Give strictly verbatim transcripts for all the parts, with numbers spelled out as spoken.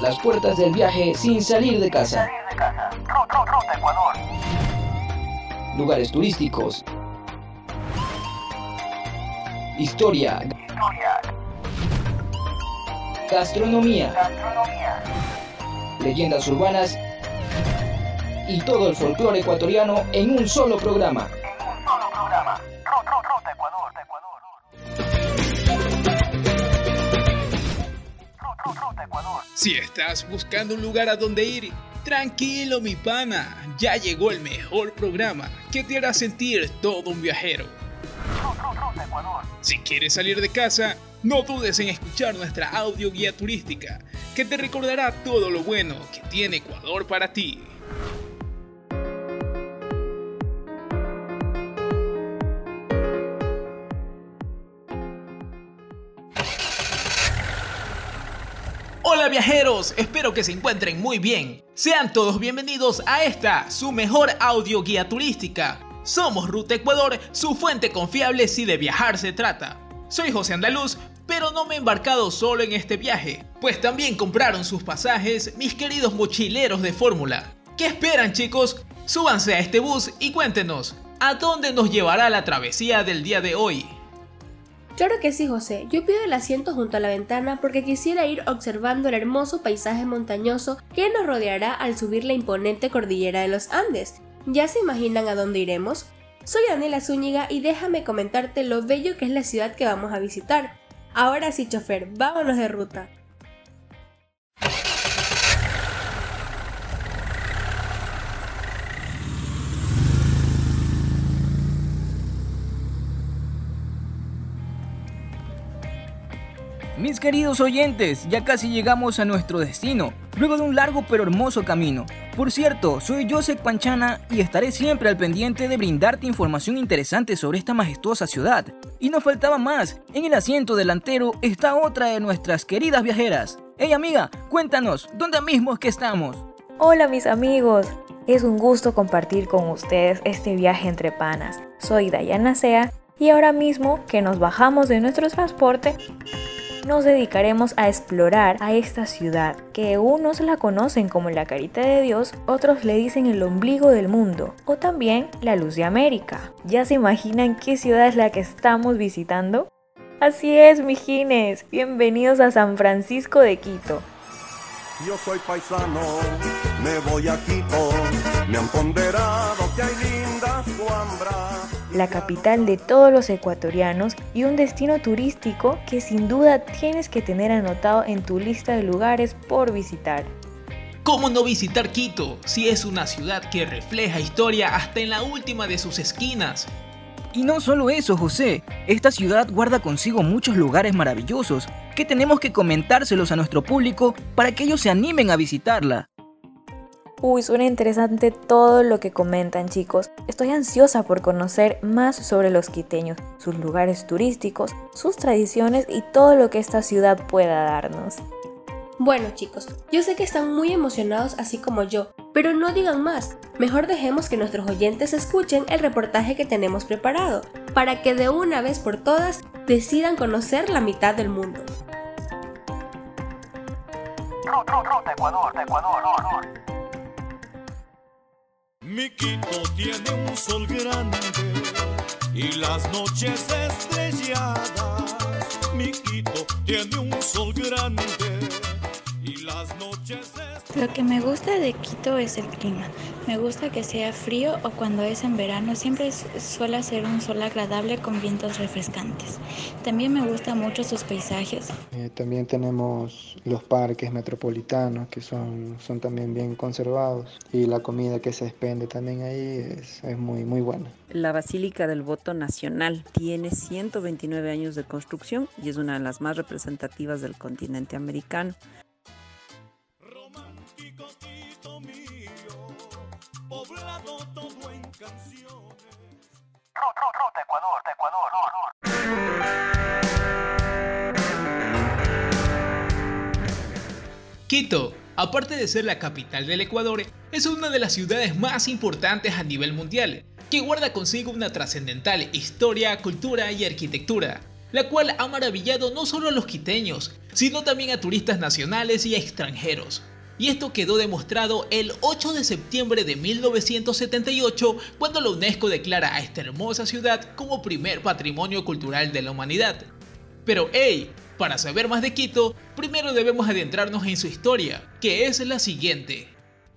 las puertas del viaje sin salir de casa. Ruta Ecuador. Lugares turísticos. Historia. Historia. Gastronomía. Gastronomía. Leyendas urbanas. Y todo el folclore ecuatoriano en un solo programa. En un solo programa. Ruta Ecuador. Ruta Ecuador. Si estás buscando un lugar a donde ir, tranquilo mi pana, ya llegó el mejor programa que te hará sentir todo un viajero. Ruta Ecuador. Si quieres salir de casa, no dudes en escuchar nuestra audio guía turística, que te recordará todo lo bueno que tiene Ecuador para ti. Hola viajeros, espero que se encuentren muy bien. Sean todos bienvenidos a esta, su mejor audio guía turística. Somos Ruta Ecuador, su fuente confiable si de viajar se trata. Soy José Andaluz, pero no me he embarcado solo en este viaje, pues también compraron sus pasajes mis queridos mochileros de fórmula. ¿Qué esperan, chicos? Súbanse a este bus y cuéntenos, ¿a dónde nos llevará la travesía del día de hoy? Claro que sí, José. Yo pido el asiento junto a la ventana porque quisiera ir observando el hermoso paisaje montañoso que nos rodeará al subir la imponente cordillera de los Andes. ¿Ya se imaginan a dónde iremos? Soy Daniela Zúñiga y déjame comentarte lo bello que es la ciudad que vamos a visitar. Ahora sí, chofer, vámonos de ruta. Mis queridos oyentes, ya casi llegamos a nuestro destino, luego de un largo pero hermoso camino. Por cierto, soy Joseph Panchana y estaré siempre al pendiente de brindarte información interesante sobre esta majestuosa ciudad. Y no faltaba más, en el asiento delantero está otra de nuestras queridas viajeras. Hey amiga, cuéntanos, ¿dónde mismo es que estamos? Hola mis amigos, es un gusto compartir con ustedes este viaje entre panas. Soy Dayana Sea y ahora mismo que nos bajamos de nuestro transporte, nos dedicaremos a explorar a esta ciudad, que unos la conocen como la carita de Dios, otros le dicen el ombligo del mundo, o también la luz de América. ¿Ya se imaginan qué ciudad es la que estamos visitando? Así es, mijines, bienvenidos a San Francisco de Quito. Yo soy paisano, me voy a Quito, me han ponderado que hay lindas cuambras. La capital de todos los ecuatorianos y un destino turístico que sin duda tienes que tener anotado en tu lista de lugares por visitar. ¿Cómo no visitar Quito si es una ciudad que refleja historia hasta en la última de sus esquinas? Y no solo eso, José, esta ciudad guarda consigo muchos lugares maravillosos que tenemos que comentárselos a nuestro público para que ellos se animen a visitarla. Uy, suena interesante todo lo que comentan, chicos. Estoy ansiosa por conocer más sobre los quiteños, sus lugares turísticos, sus tradiciones y todo lo que esta ciudad pueda darnos. Bueno, chicos, yo sé que están muy emocionados así como yo, pero no digan más. Mejor dejemos que nuestros oyentes escuchen el reportaje que tenemos preparado, para que de una vez por todas decidan conocer la mitad del mundo. Ruta Ecuador, Ecuador. Mi Quito tiene un sol grande y las noches estrelladas. Mi Quito tiene un sol grande y las noches estrelladas. Lo que me gusta de Quito es el clima. Me gusta que sea frío o cuando es en verano siempre suele ser un sol agradable con vientos refrescantes. También me gustan mucho sus paisajes. Eh, también tenemos los parques metropolitanos que son, son también bien conservados y la comida que se expende también ahí es, es muy, muy buena. La Basílica del Voto Nacional tiene ciento veintinueve años de construcción y es una de las más representativas del continente americano. Ruta Ecuador, Ecuador. Quito, aparte de ser la capital del Ecuador, es una de las ciudades más importantes a nivel mundial, que guarda consigo una trascendental historia, cultura y arquitectura. la cual ha maravillado no solo a los quiteños, sino también a turistas nacionales y extranjeros. Y esto quedó demostrado el ocho de septiembre de mil novecientos setenta y ocho, cuando la UNESCO declara a esta hermosa ciudad como primer patrimonio cultural de la humanidad. Pero hey, para saber más de Quito, primero debemos adentrarnos en su historia, que es la siguiente.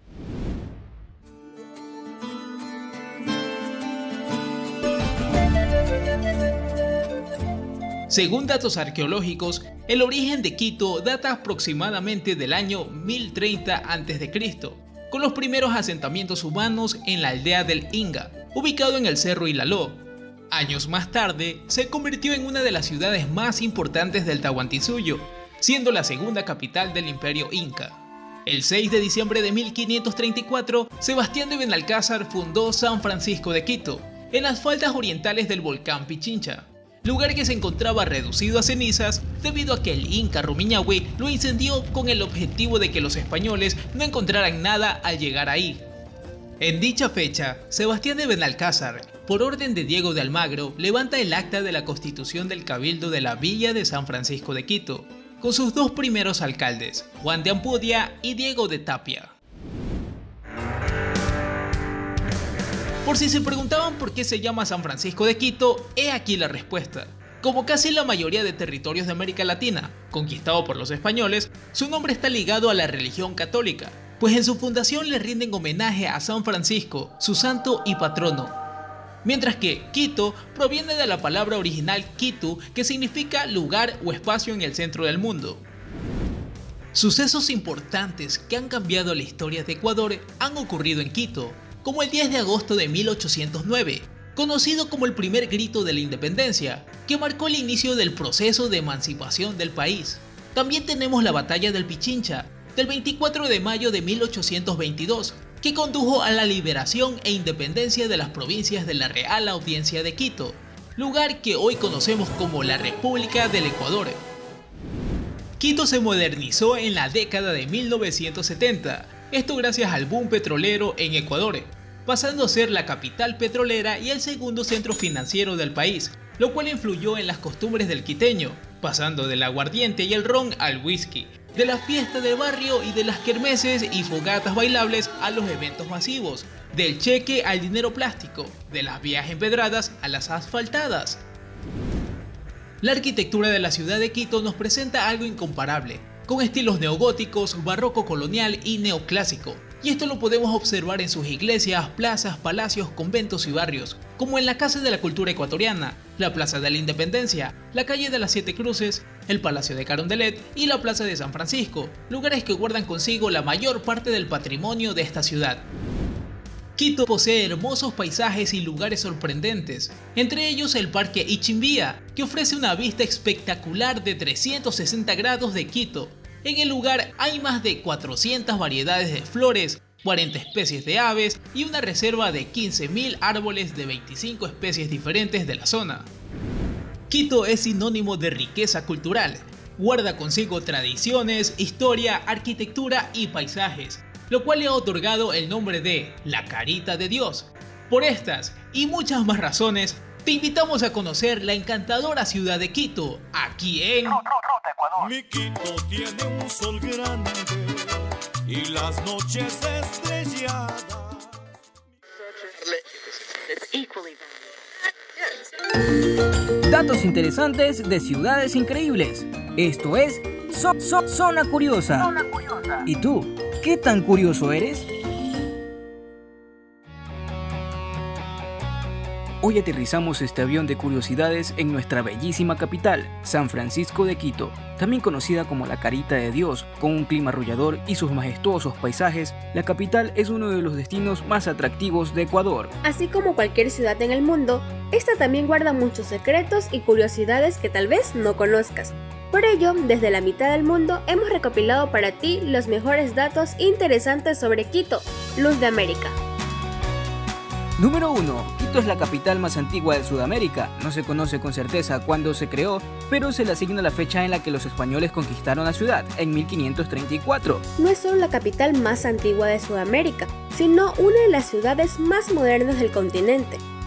Según datos arqueológicos, el origen de Quito data aproximadamente del año mil treinta antes de Cristo, con los primeros asentamientos humanos en la aldea del Inga, ubicado en el Cerro Ilaló. Años más tarde, se convirtió en una de las ciudades más importantes del Tahuantinsuyo, siendo la segunda capital del Imperio Inca. El seis de diciembre de mil quinientos treinta y cuatro, Sebastián de Benalcázar fundó San Francisco de Quito, en las faldas orientales del volcán Pichincha, lugar que se encontraba reducido a cenizas debido a que el Inca Rumiñahui lo incendió con el objetivo de que los españoles no encontraran nada al llegar ahí. En dicha fecha, Sebastián de Benalcázar, por orden de Diego de Almagro, levanta el acta de la constitución del Cabildo de la Villa de San Francisco de Quito, con sus dos primeros alcaldes, Juan de Ampudia y Diego de Tapia. Por si se preguntaban por qué se llama San Francisco de Quito, he aquí la respuesta. Como casi la mayoría de territorios de América Latina, conquistado por los españoles, su nombre está ligado a la religión católica, pues en su fundación le rinden homenaje a San Francisco, su santo y patrono. Mientras que Quito proviene de la palabra original Quitu, que significa lugar o espacio en el centro del mundo. Sucesos importantes que han cambiado la historia de Ecuador han ocurrido en Quito, como el diez de agosto de mil ochocientos nueve, conocido como el primer grito de la independencia, que marcó el inicio del proceso de emancipación del país. También tenemos la batalla del Pichincha, del veinticuatro de mayo de mil ochocientos veintidós, que condujo a la liberación e independencia de las provincias de la Real Audiencia de Quito, lugar que hoy conocemos como la República del Ecuador. Quito se modernizó en la década de mil novecientos setenta, esto gracias al boom petrolero en Ecuador, pasando a ser la capital petrolera y el segundo centro financiero del país, lo cual influyó en las costumbres del quiteño, pasando del aguardiente y el ron al whisky, de la fiesta del barrio y de las kermeses y fogatas bailables a los eventos masivos, del cheque al dinero plástico, de las vías empedradas a las asfaltadas. La arquitectura de la ciudad de Quito nos presenta algo incomparable, con estilos neogóticos, barroco colonial y neoclásico, y esto lo podemos observar en sus iglesias, plazas, palacios, conventos y barrios, como en la Casa de la Cultura Ecuatoriana, la Plaza de la Independencia, la Calle de las Siete Cruces, el Palacio de Carondelet y la Plaza de San Francisco, lugares que guardan consigo la mayor parte del patrimonio de esta ciudad. Quito posee hermosos paisajes y lugares sorprendentes, entre ellos el Parque Ichimbía, que ofrece una vista espectacular de trescientos sesenta grados de Quito. En el lugar hay más de cuatrocientas variedades de flores, cuarenta especies de aves y una reserva de quince mil árboles de veinticinco especies diferentes de la zona. Quito es sinónimo de riqueza cultural, guarda consigo tradiciones, historia, arquitectura y paisajes, lo cual le ha otorgado el nombre de la Carita de Dios. Por estas y muchas más razones, te invitamos a conocer la encantadora ciudad de Quito, aquí en Mi Quito tiene un sol grande y las noches estrelladas. Datos interesantes de ciudades increíbles. Esto es So- So- Zona Curiosa. Zona curiosa. ¿Y tú? ¿Qué tan curioso eres? Hoy aterrizamos este avión de curiosidades en nuestra bellísima capital, San Francisco de Quito, también conocida como la Carita de Dios. Con un clima arrollador y sus majestuosos paisajes, la capital es uno de los destinos más atractivos de Ecuador. Así como cualquier ciudad en el mundo, esta también guarda muchos secretos y curiosidades que tal vez no conozcas. Por ello, desde la mitad del mundo hemos recopilado para ti los mejores datos interesantes sobre Quito, Luz de América. Número uno. Quito es la capital más antigua de Sudamérica. No se conoce con certeza cuándo se creó, pero se le asigna la fecha en la que los españoles conquistaron la ciudad, en mil quinientos treinta y cuatro. No es solo la capital más antigua de Sudamérica, sino una de las ciudades más modernas del continente.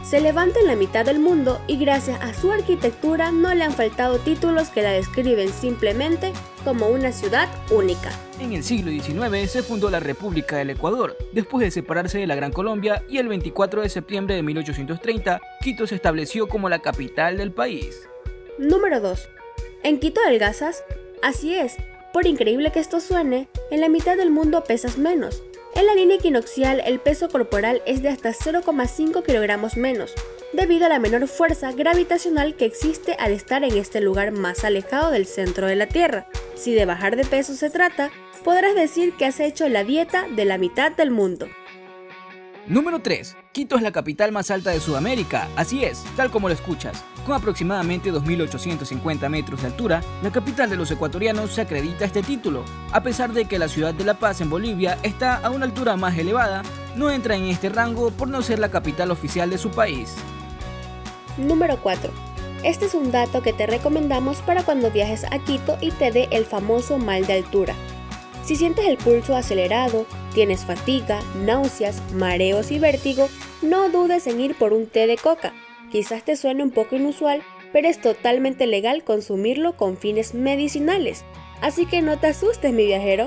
Se levanta en la mitad del mundo y gracias a su arquitectura no le han faltado títulos que la describen simplemente como una ciudad única. En el siglo diecinueve se fundó la República del Ecuador, después de separarse de la Gran Colombia, y el veinticuatro de septiembre de mil ochocientos treinta, Quito se estableció como la capital del país. Número dos. ¿En Quito adelgazas? Así es, por increíble que esto suene, en la mitad del mundo pesas menos. En la línea equinoccial el peso corporal es de hasta cero coma cinco kilogramos menos, debido a la menor fuerza gravitacional que existe al estar en este lugar más alejado del centro de la Tierra. Si de bajar de peso se trata, podrás decir que has hecho la dieta de la mitad del mundo. Número tres. Quito es la capital más alta de Sudamérica, así es, tal como lo escuchas. Con aproximadamente dos mil ochocientos cincuenta metros de altura, la capital de los ecuatorianos se acredita este título. A pesar de que la ciudad de La Paz en Bolivia está a una altura más elevada, no entra en este rango por no ser la capital oficial de su país. Número cuatro. Este es un dato que te recomendamos para cuando viajes a Quito y te dé el famoso mal de altura. Si sientes el pulso acelerado, tienes fatiga, náuseas, mareos y vértigo, no dudes en ir por un té de coca. Quizás te suene un poco inusual, pero es totalmente legal consumirlo con fines medicinales. Así que no te asustes, mi viajero.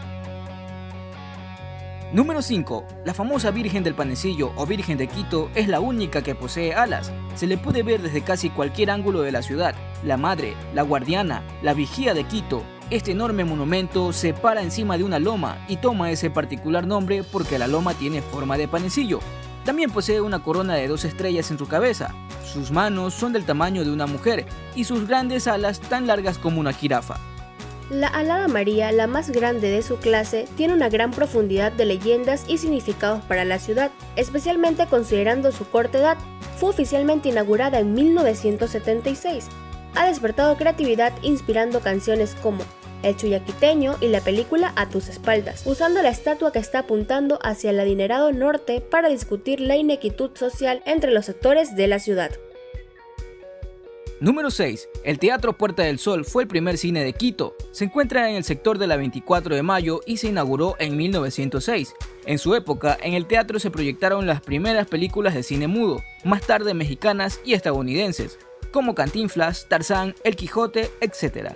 Número cinco. La famosa Virgen del Panecillo o Virgen de Quito es la única que posee alas. Se le puede ver desde casi cualquier ángulo de la ciudad. La Madre, la Guardiana, la Vigía de Quito. Este enorme monumento se para encima de una loma y toma ese particular nombre porque la loma tiene forma de panecillo. También posee una corona de dos estrellas en su cabeza. Sus manos son del tamaño de una mujer y sus grandes alas tan largas como una jirafa. La Alada María, la más grande de su clase, tiene una gran profundidad de leyendas y significados para la ciudad, especialmente considerando su corta edad. Fue oficialmente inaugurada en mil novecientos setenta y seis. Ha despertado creatividad inspirando canciones como El Chuyaquiteño y la película A tus espaldas, usando la estatua que está apuntando hacia el adinerado norte para discutir la inequitud social entre los sectores de la ciudad. Número seis. El Teatro Puerta del Sol fue el primer cine de Quito. Se encuentra en el sector de la veinticuatro de mayo y se inauguró en mil novecientos seis. En su época, en el teatro se proyectaron las primeras películas de cine mudo, más tarde mexicanas y estadounidenses, como Cantinflas, Tarzán, El Quijote, etcétera.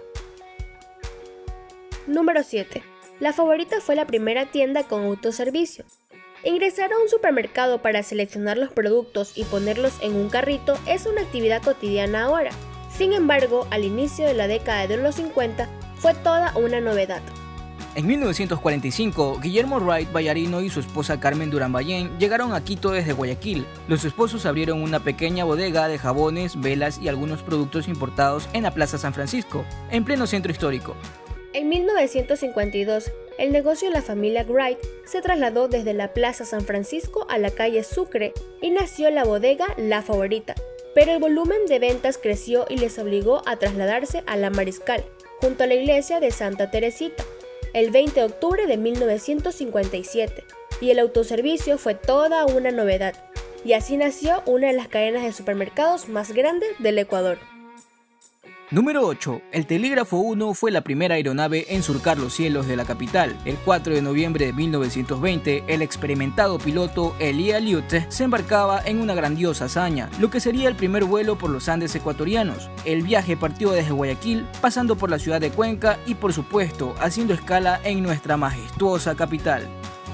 Número siete. La Favorita fue la primera tienda con autoservicio. Ingresar a un supermercado para seleccionar los productos y ponerlos en un carrito es una actividad cotidiana ahora. Sin embargo, al inicio de la década de los cincuenta fue toda una novedad. En mil novecientos cuarenta y cinco, Guillermo Wright Ballarino y su esposa Carmen Durán Ballén llegaron a Quito desde Guayaquil. Los esposos abrieron una pequeña bodega de jabones, velas y algunos productos importados en la Plaza San Francisco, en pleno centro histórico. En mil novecientos cincuenta y dos, el negocio de la familia Wright se trasladó desde la Plaza San Francisco a la calle Sucre y nació la bodega La Favorita, pero el volumen de ventas creció y les obligó a trasladarse a La Mariscal, junto a la iglesia de Santa Teresita, el veinte de octubre de mil novecientos cincuenta y siete, y el autoservicio fue toda una novedad, y así nació una de las cadenas de supermercados más grandes del Ecuador. Número ocho. El Telégrafo uno fue la primera aeronave en surcar los cielos de la capital. El cuatro de noviembre de mil novecientos veinte, el experimentado piloto Elia Liute se embarcaba en una grandiosa hazaña, lo que sería el primer vuelo por los Andes ecuatorianos. El viaje partió desde Guayaquil, pasando por la ciudad de Cuenca y, por supuesto, haciendo escala en nuestra majestuosa capital.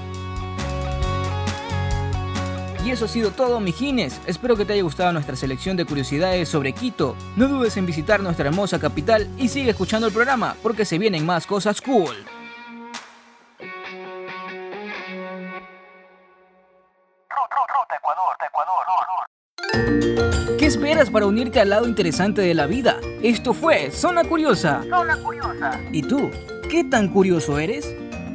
Y eso ha sido todo, mijines. Espero que te haya gustado nuestra selección de curiosidades sobre Quito. No dudes en visitar nuestra hermosa capital y sigue escuchando el programa porque se vienen más cosas cool. Ruta Ecuador, Ecuador. ¿Qué esperas para unirte al lado interesante de la vida? Esto fue Zona Curiosa. Zona Curiosa. ¿Y tú? ¿Qué tan curioso eres?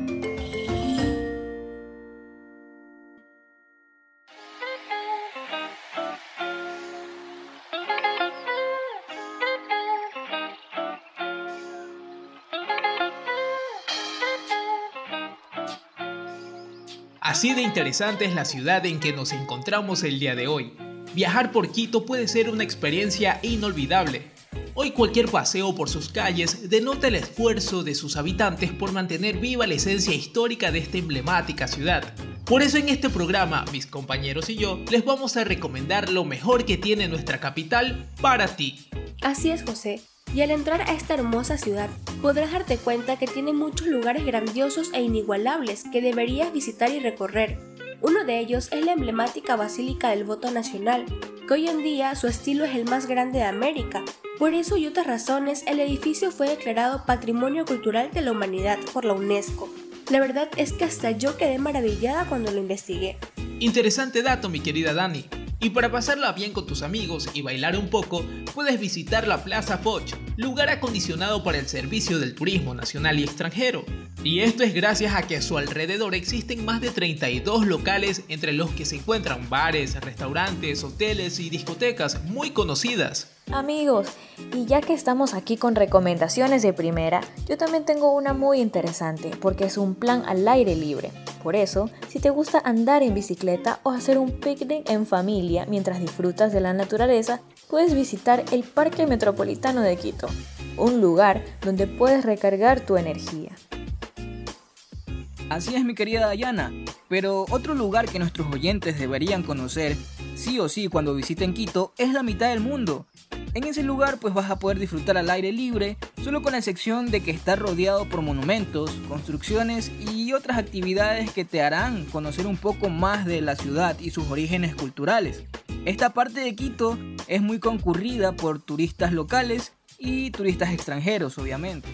Así de interesante es la ciudad en que nos encontramos el día de hoy. Viajar por Quito puede ser una experiencia inolvidable. Hoy cualquier paseo por sus calles denota el esfuerzo de sus habitantes por mantener viva la esencia histórica de esta emblemática ciudad. Por eso en este programa, mis compañeros y yo les vamos a recomendar lo mejor que tiene nuestra capital para ti. Así es, José. Y al entrar a esta hermosa ciudad, podrás darte cuenta que tiene muchos lugares grandiosos e inigualables que deberías visitar y recorrer. Uno de ellos es la emblemática Basílica del Voto Nacional, que hoy en día su estilo es el más grande de América. Por eso y otras razones, el edificio fue declarado Patrimonio Cultural de la Humanidad por la UNESCO. La verdad es que hasta yo quedé maravillada cuando lo investigué. Interesante dato, mi querida Dani. Y para pasarla bien con tus amigos y bailar un poco, puedes visitar la Plaza Foch, lugar acondicionado para el servicio del turismo nacional y extranjero. Y esto es gracias a que a su alrededor existen más de treinta y dos locales, entre los que se encuentran bares, restaurantes, hoteles y discotecas muy conocidas. Amigos, y ya que estamos aquí con recomendaciones de primera, yo también tengo una muy interesante, porque es un plan al aire libre. Por eso, si te gusta andar en bicicleta o hacer un picnic en familia mientras disfrutas de la naturaleza, puedes visitar el Parque Metropolitano de Quito, un lugar donde puedes recargar tu energía. Así es, mi querida Dayana, pero otro lugar que nuestros oyentes deberían conocer, sí o sí cuando visiten Quito, es la mitad del mundo. En ese lugar pues vas a poder disfrutar al aire libre, solo con la excepción de que está rodeado por monumentos, construcciones y otras actividades que te harán conocer un poco más de la ciudad y sus orígenes culturales. Esta parte de Quito es muy concurrida por turistas locales y turistas extranjeros, obviamente.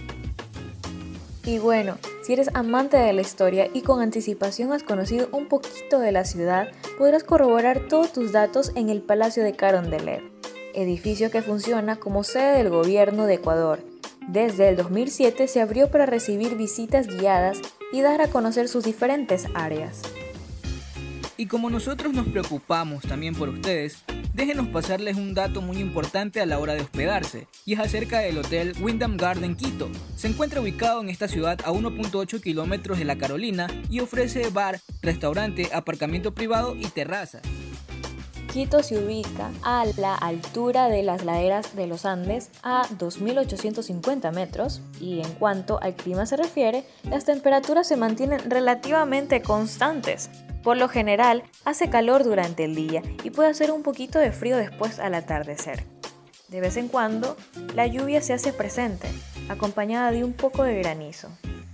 Y bueno, si eres amante de la historia y con anticipación has conocido un poquito de la ciudad, podrás corroborar todos tus datos en el Palacio de Carondelet, edificio que funciona como sede del gobierno de Ecuador. Desde el dos mil siete se abrió para recibir visitas guiadas y dar a conocer sus diferentes áreas. Y como nosotros nos preocupamos también por ustedes, déjenos pasarles un dato muy importante a la hora de hospedarse, y es acerca del Hotel Wyndham Garden Quito. Se encuentra ubicado en esta ciudad a uno punto ocho kilómetros de La Carolina y ofrece bar, restaurante, aparcamiento privado y terraza. Quito se ubica a la altura de las laderas de los Andes a dos mil ochocientos cincuenta metros y en cuanto al clima se refiere, las temperaturas se mantienen relativamente constantes. Por lo general, hace calor durante el día y puede hacer un poquito de frío después al atardecer. De vez en cuando, la lluvia se hace presente, acompañada de un poco de granizo.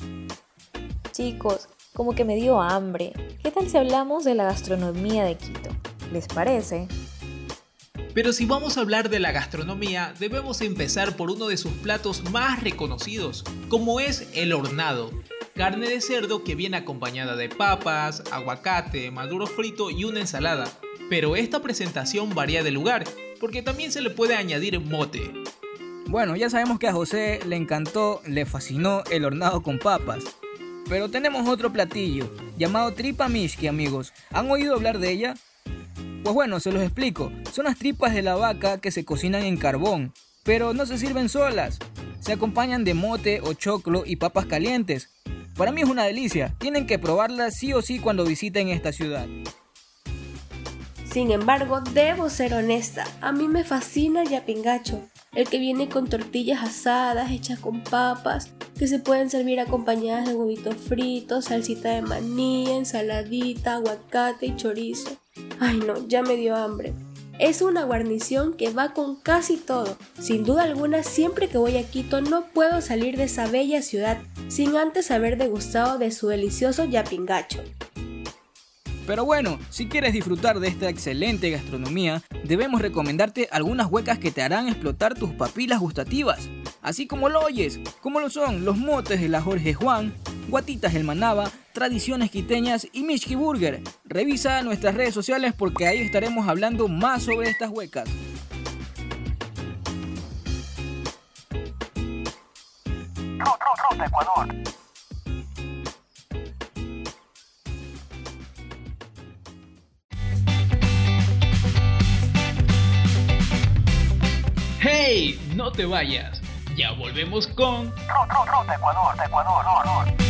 Chicos, como que me dio hambre. ¿Qué tal si hablamos de la gastronomía de Quito? ¿Les parece? Pero si vamos a hablar de la gastronomía, debemos empezar por uno de sus platos más reconocidos, como es el hornado. Carne de cerdo que viene acompañada de papas, aguacate, maduro frito y una ensalada. Pero esta presentación varía de lugar, porque también se le puede añadir mote. Bueno, ya sabemos que a José le encantó, le fascinó el hornado con papas. Pero tenemos otro platillo, llamado tripa mixqui, amigos. ¿Han oído hablar de ella? Pues bueno, se los explico. Son las tripas de la vaca que se cocinan en carbón, pero no se sirven solas. Se acompañan de mote o choclo y papas calientes. Para mí es una delicia, tienen que probarla sí o sí cuando visiten esta ciudad. Sin embargo, debo ser honesta, a mí me fascina el yapingacho, el que viene con tortillas asadas hechas con papas, que se pueden servir acompañadas de huevitos fritos, salsita de maní, ensaladita, aguacate y chorizo. Ay no, ya me dio hambre. Es una guarnición que va con casi todo. Sin duda alguna, siempre que voy a Quito no puedo salir de esa bella ciudad sin antes haber degustado de su delicioso yapingacho. Pero bueno, si quieres disfrutar de esta excelente gastronomía, debemos recomendarte algunas huecas que te harán explotar tus papilas gustativas. Así como lo oyes, como lo son los motes de la Jorge Juan, Guatitas el Manaba, Tradiciones Quiteñas y Mixqui Burger. Revisa nuestras redes sociales porque ahí estaremos hablando más sobre estas huecas. Ruta Ecuador. ¡Hey! No te vayas. Ya volvemos con Ruta Ecuador, Ecuador, Ecuador.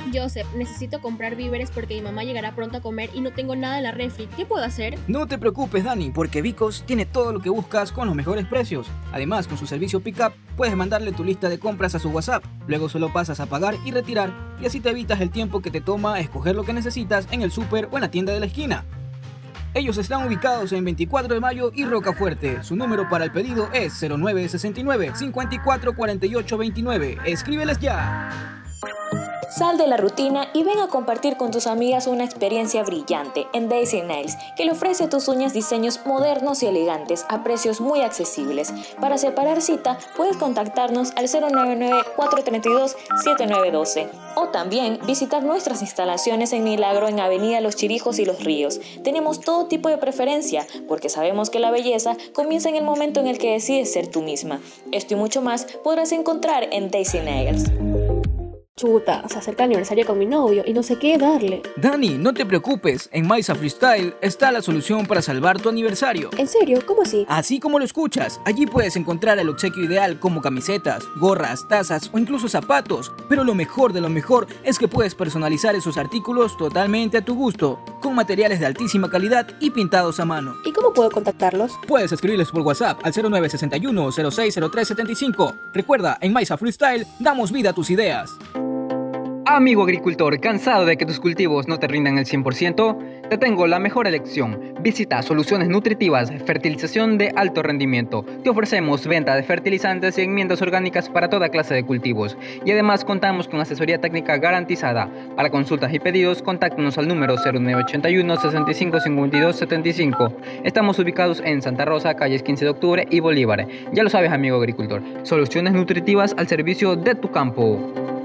Joseph, necesito comprar víveres porque mi mamá llegará pronto a comer y no tengo nada en la refri. ¿Qué puedo hacer? No te preocupes, Dani, porque Vicos tiene todo lo que buscas con los mejores precios. Además, con su servicio Pickup, puedes mandarle tu lista de compras a su WhatsApp. Luego solo pasas a pagar y retirar, y así te evitas el tiempo que te toma escoger lo que necesitas en el súper o en la tienda de la esquina. Ellos están ubicados en veinticuatro de mayo y Rocafuerte. Su número para el pedido es cero nueve sesenta y nueve, cincuenta y cuatro cuarenta y ocho veintinueve. Escríbeles ya. Sal de la rutina y ven a compartir con tus amigas una experiencia brillante en Daisy Nails, que le ofrece a tus uñas diseños modernos y elegantes a precios muy accesibles. Para separar cita, puedes contactarnos al cero nueve nueve, cuatro tres dos, siete nueve uno dos o también visitar nuestras instalaciones en Milagro en Avenida Los Chirijos y Los Ríos. Tenemos todo tipo de preferencia, porque sabemos que la belleza comienza en el momento en el que decides ser tú misma. Esto y mucho más podrás encontrar en Daisy Nails. Chuta, se acerca el aniversario con mi novio y no sé qué darle. Dani, no te preocupes, en Maisa Freestyle está la solución para salvar tu aniversario. ¿En serio? ¿Cómo así? Así como lo escuchas, allí puedes encontrar el obsequio ideal como camisetas, gorras, tazas o incluso zapatos. Pero lo mejor de lo mejor es que puedes personalizar esos artículos totalmente a tu gusto, con materiales de altísima calidad y pintados a mano. ¿Y cómo puedo contactarlos? Puedes escribirles por WhatsApp al cero nueve seis uno, cero seis cero tres siete cinco. Recuerda, en Maisa Freestyle damos vida a tus ideas. Amigo agricultor, ¿cansado de que tus cultivos no te rindan el cien por ciento? Te tengo la mejor elección. Visita Soluciones Nutritivas, fertilización de alto rendimiento. Te ofrecemos venta de fertilizantes y enmiendas orgánicas para toda clase de cultivos. Y además contamos con asesoría técnica garantizada. Para consultas y pedidos, contáctanos al número cero nueve ocho uno, sesenta y cinco, cincuenta y dos, setenta y cinco. Estamos ubicados en Santa Rosa, calles quince de octubre y Bolívar. Ya lo sabes, amigo agricultor. Soluciones Nutritivas al servicio de tu campo.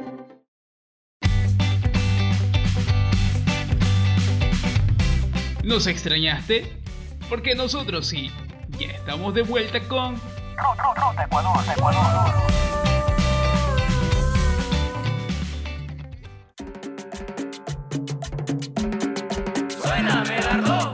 ¿Nos extrañaste? Porque nosotros sí. Ya estamos de vuelta con Ruta Ecuador, Ecuador. Suena Medardo.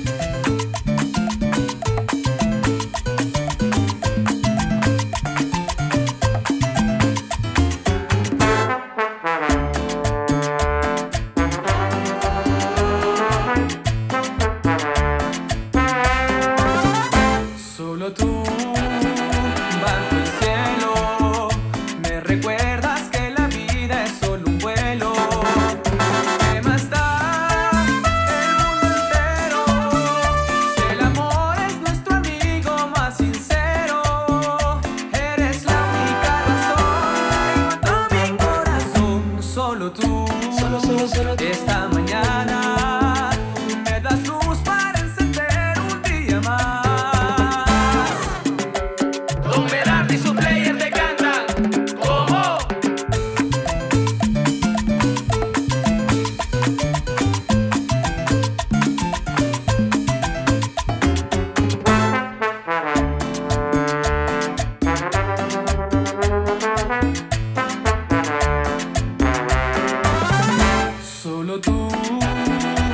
Esta mañana me das luz para encender un día más. Don Medardo y su player te cantan como solo tú.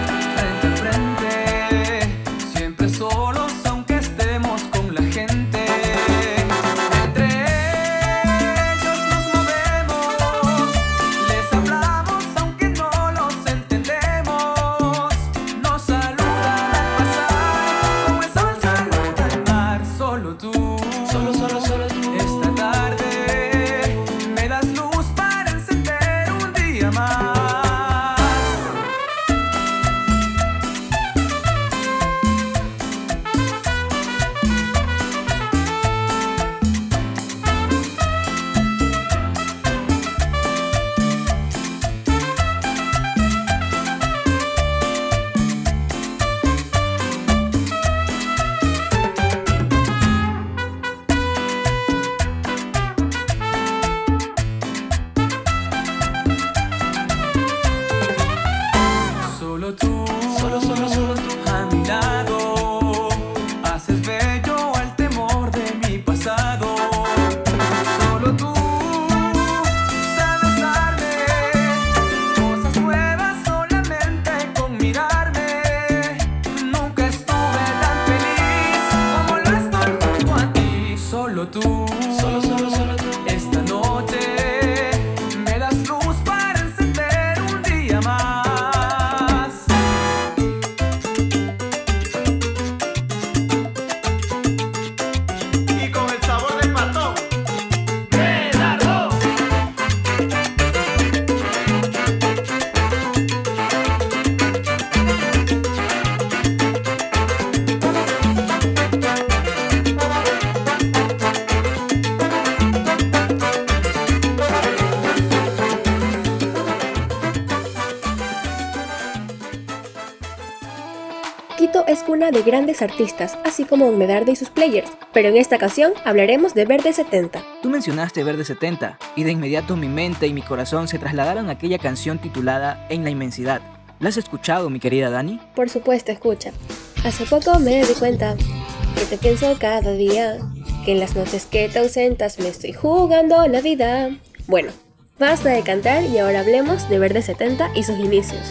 Quito es cuna de grandes artistas, así como Don Medardo y sus players, pero en esta ocasión hablaremos de Verde setenta. Tú mencionaste Verde setenta, y de inmediato mi mente y mi corazón se trasladaron a aquella canción titulada En la inmensidad. ¿La has escuchado, mi querida Dani? Por supuesto, escucha. Hace poco me di cuenta que te pienso cada día, que en las noches que te ausentas me estoy jugando la vida. Bueno, basta de cantar y ahora hablemos de Verde setenta y sus inicios.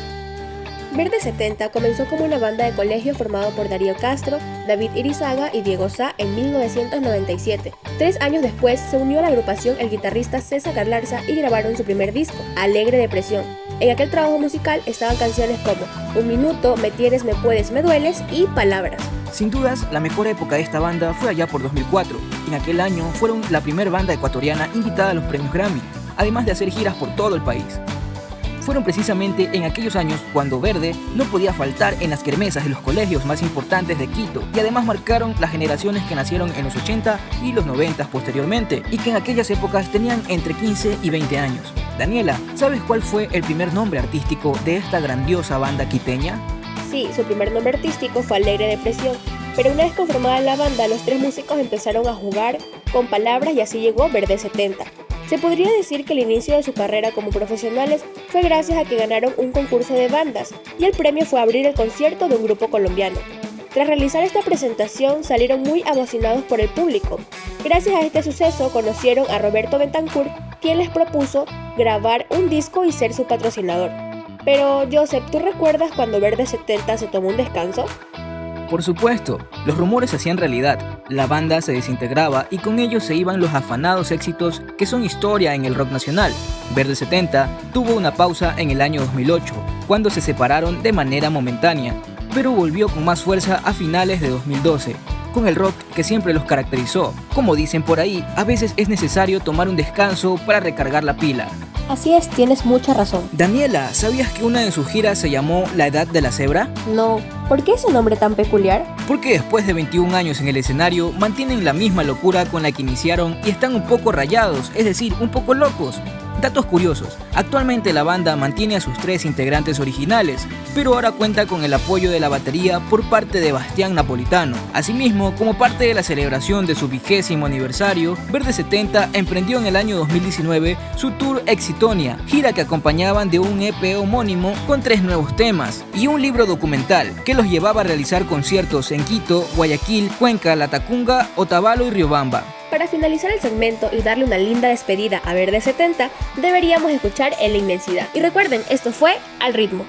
Verde setenta comenzó como una banda de colegio formado por Darío Castro, David Irizaga y Diego Sá en mil novecientos noventa y siete. Tres años después se unió a la agrupación el guitarrista César Galarza y grabaron su primer disco, Alegre Depresión. En aquel trabajo musical estaban canciones como Un Minuto, Me Tienes, Me Puedes, Me Dueles y Palabras. Sin dudas, la mejor época de esta banda fue allá por dos mil cuatro. En aquel año fueron la primera banda ecuatoriana invitada a los premios Grammy, además de hacer giras por todo el país. Fueron precisamente en aquellos años cuando Verde no podía faltar en las kermesas de los colegios más importantes de Quito, y además marcaron las generaciones que nacieron en los ochenta y los noventa posteriormente, y que en aquellas épocas tenían entre quince y veinte años. Daniela, ¿sabes cuál fue el primer nombre artístico de esta grandiosa banda quiteña? Sí, su primer nombre artístico fue Alegre Depresión, pero una vez conformada la banda, los tres músicos empezaron a jugar con palabras y así llegó Verde setenta. Se podría decir que el inicio de su carrera como profesionales fue gracias a que ganaron un concurso de bandas y el premio fue abrir el concierto de un grupo colombiano. Tras realizar esta presentación salieron muy abocinados por el público. Gracias a este suceso conocieron a Roberto Betancourt, quien les propuso grabar un disco y ser su patrocinador. Pero Joseph, ¿tú recuerdas cuando Verde setenta se tomó un descanso? Por supuesto, los rumores se hacían realidad, la banda se desintegraba y con ellos se iban los afanados éxitos que son historia en el rock nacional. Verde setenta tuvo una pausa en el año dos mil ocho, cuando se separaron de manera momentánea, pero volvió con más fuerza a finales de dos mil doce, con el rock que siempre los caracterizó. Como dicen por ahí, a veces es necesario tomar un descanso para recargar la pila. Así es, tienes mucha razón. Daniela, ¿sabías que una de sus giras se llamó La Edad de la Cebra? No, ¿por qué ese nombre tan peculiar? Porque después de veintiún años en el escenario, mantienen la misma locura con la que iniciaron y están un poco rayados, es decir, un poco locos. Datos curiosos, actualmente la banda mantiene a sus tres integrantes originales, pero ahora cuenta con el apoyo de la batería por parte de Bastián Napolitano. Asimismo, como parte de la celebración de su vigésimo aniversario, Verde setenta emprendió en el año dos mil diecinueve su tour Exitonia, gira que acompañaban de un E P homónimo con tres nuevos temas y un libro documental que los llevaba a realizar conciertos en Quito, Guayaquil, Cuenca, Latacunga, Otavalo y Riobamba. Para finalizar el segmento y darle una linda despedida a Verde setenta, deberíamos escuchar En la inmensidad. Y recuerden, esto fue Al Ritmo.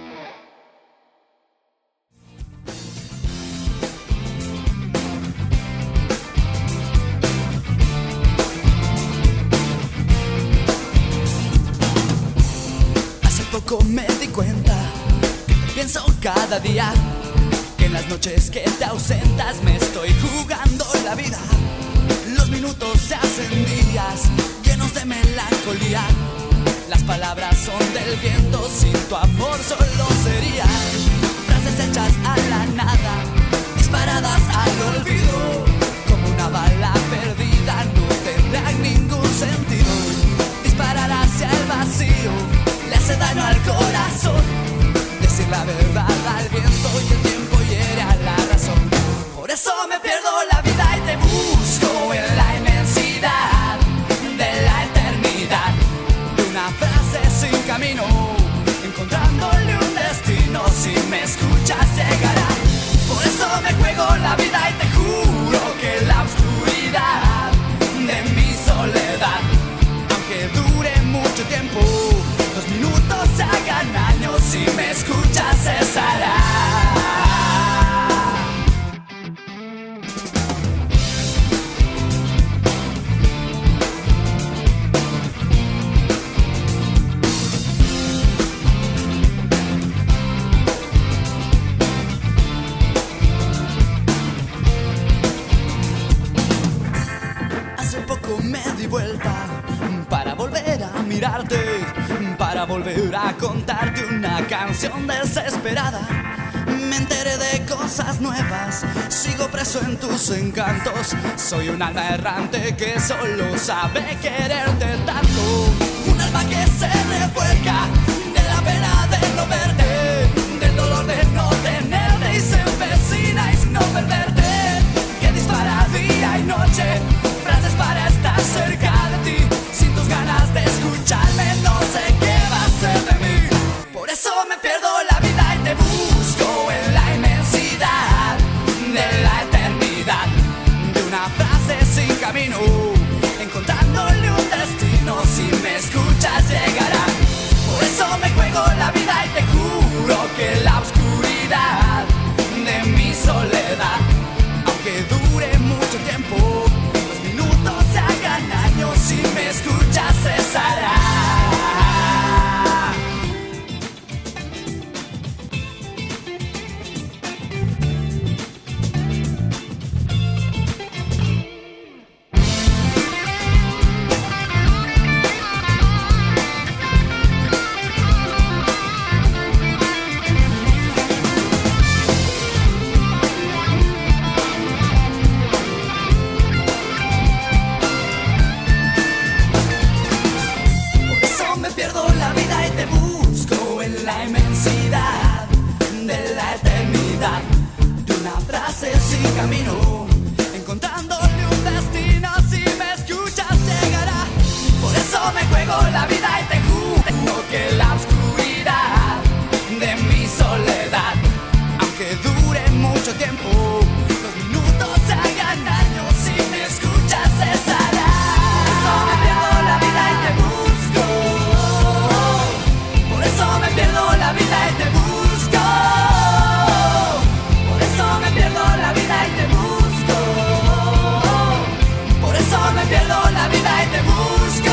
Hace poco me di cuenta que te pienso cada día, que en las noches que te ausentas me estoy jugando la vida. Los minutos se hacen días llenos de melancolía. Las palabras son del viento, sin tu amor solo serían frases hechas a la nada, disparadas al olvido. Como una bala perdida, no tendrán ningún sentido. Disparar hacia el vacío le hace daño al corazón. Decir la verdad al viento y el tiempo hiere a la razón. Por eso me pierdo la vida y te busco en la inmensidad de la eternidad. De una frase sin camino, encontrándole un destino. Si me escuchas llegará. Por eso me juego la vida y te juro que la oscuridad de mi soledad, aunque dure mucho tiempo, los minutos se hagan años. Si me escuchas cesará. Me di vuelta para volver a mirarte, para volver a contarte una canción desesperada. Me enteré de cosas nuevas, sigo preso en tus encantos. Soy un alma errante que solo sabe quererte tanto. Un alma que se revuelca de la pena de no verte, del dolor de no tenerte y se enferma. pierdo la vida y te busco en la inmensidad de la eternidad. De una frase sin camino, encontrándole un destino. Si me escuchas llegará. Por eso me juego la vida y te juro que la oscuridad de mi soledad, aunque dure mucho tiempo, los minutos se hagan años. Si me escuchas cesará. Por eso me pierdo la vida y te busco. Por eso me pierdo la vida y te busco. Por eso me pierdo la vida y te busco. Por eso me pierdo la vida y te busco.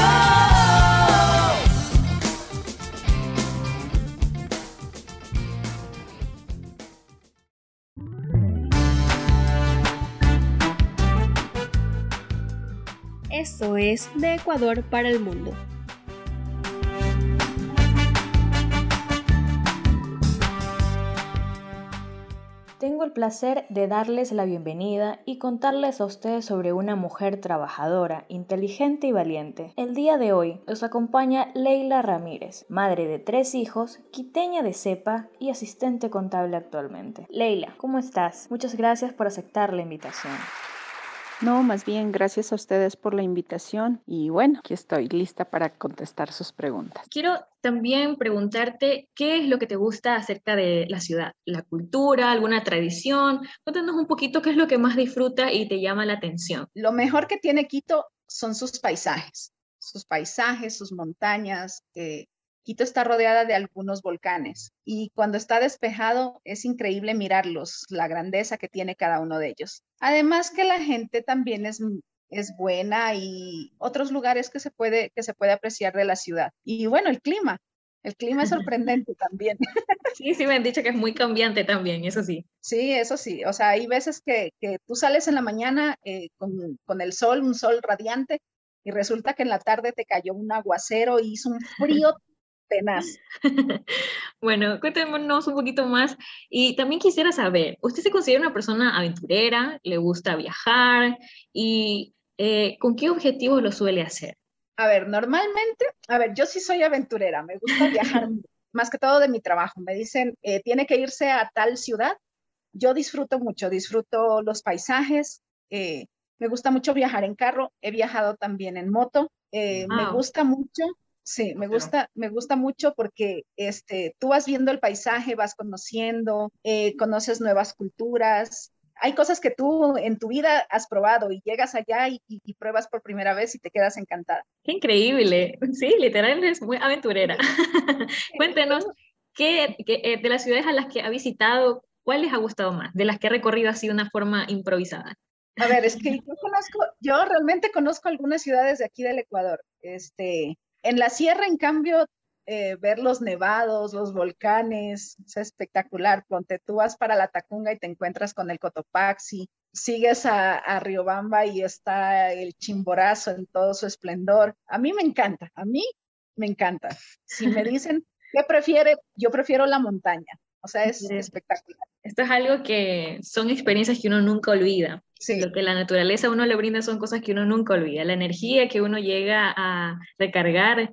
Esto es De Ecuador para el Mundo. Tengo el placer de darles la bienvenida y contarles a ustedes sobre una mujer trabajadora, inteligente y valiente. El día de hoy nos acompaña Leila Ramírez, madre de tres hijos, quiteña de cepa y asistente contable actualmente. Leila, ¿cómo estás? Muchas gracias por aceptar la invitación. No, más bien gracias a ustedes por la invitación y bueno, aquí estoy lista para contestar sus preguntas. Quiero también preguntarte qué es lo que te gusta acerca de la ciudad, la cultura, alguna tradición. Cuéntanos un poquito qué es lo que más disfrutas y te llama la atención. Lo mejor que tiene Quito son sus paisajes, sus paisajes, sus montañas. Eh, Quito está rodeada de algunos volcanes y cuando está despejado es increíble mirarlos, la grandeza que tiene cada uno de ellos. Además que la gente también es, es buena y otros lugares que se, puede, que se puede apreciar de la ciudad. Y bueno, el clima, el clima es sorprendente también. Sí, sí me han dicho que es muy cambiante también, eso sí. Sí, eso sí, o sea, hay veces que, que tú sales en la mañana eh, con, con el sol, un sol radiante y resulta que en la tarde te cayó un aguacero y hizo un frío tenaz. Bueno, cuéntenos un poquito más y también quisiera saber, ¿usted se considera una persona aventurera? ¿Le gusta viajar? ¿Y eh, con qué objetivos lo suele hacer? A ver, normalmente, a ver, yo sí soy aventurera, me gusta viajar más que todo de mi trabajo. Me dicen, eh, tiene que irse a tal ciudad. Yo disfruto mucho, disfruto los paisajes, eh, me gusta mucho viajar en carro, he viajado también en moto, eh, Wow. me gusta mucho. Sí, me gusta, me gusta mucho porque este, tú vas viendo el paisaje, vas conociendo, eh, conoces nuevas culturas. Hay cosas que tú en tu vida has probado y llegas allá y, y, y pruebas por primera vez y te quedas encantada. ¡Qué increíble! Sí, literal es muy aventurera. Cuéntenos, ¿qué, qué, eh, de las ciudades a las que ha visitado, cuál les ha gustado más? De las que ha recorrido así de una forma improvisada. A ver, es que yo conozco, yo realmente conozco algunas ciudades de aquí del Ecuador. Este... En la sierra, en cambio, eh, ver los nevados, los volcanes, es espectacular. Ponte, tú vas para la Tacunga y te encuentras con el Cotopaxi, sigues a, a Riobamba y está el Chimborazo en todo su esplendor. A mí me encanta, a mí me encanta. Si me dicen, ¿qué prefiere? Yo prefiero la montaña, o sea, es sí. espectacular. Esto es algo que son experiencias que uno nunca olvida. Sí. Lo que la naturaleza a uno le brinda son cosas que uno nunca olvida. La energía que uno llega a recargar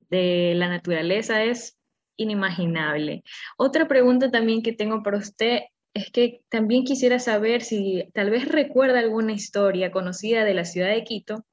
de la naturaleza es inimaginable. Otra pregunta también que tengo para usted es que también quisiera saber si tal vez recuerda alguna historia conocida de la ciudad de Quito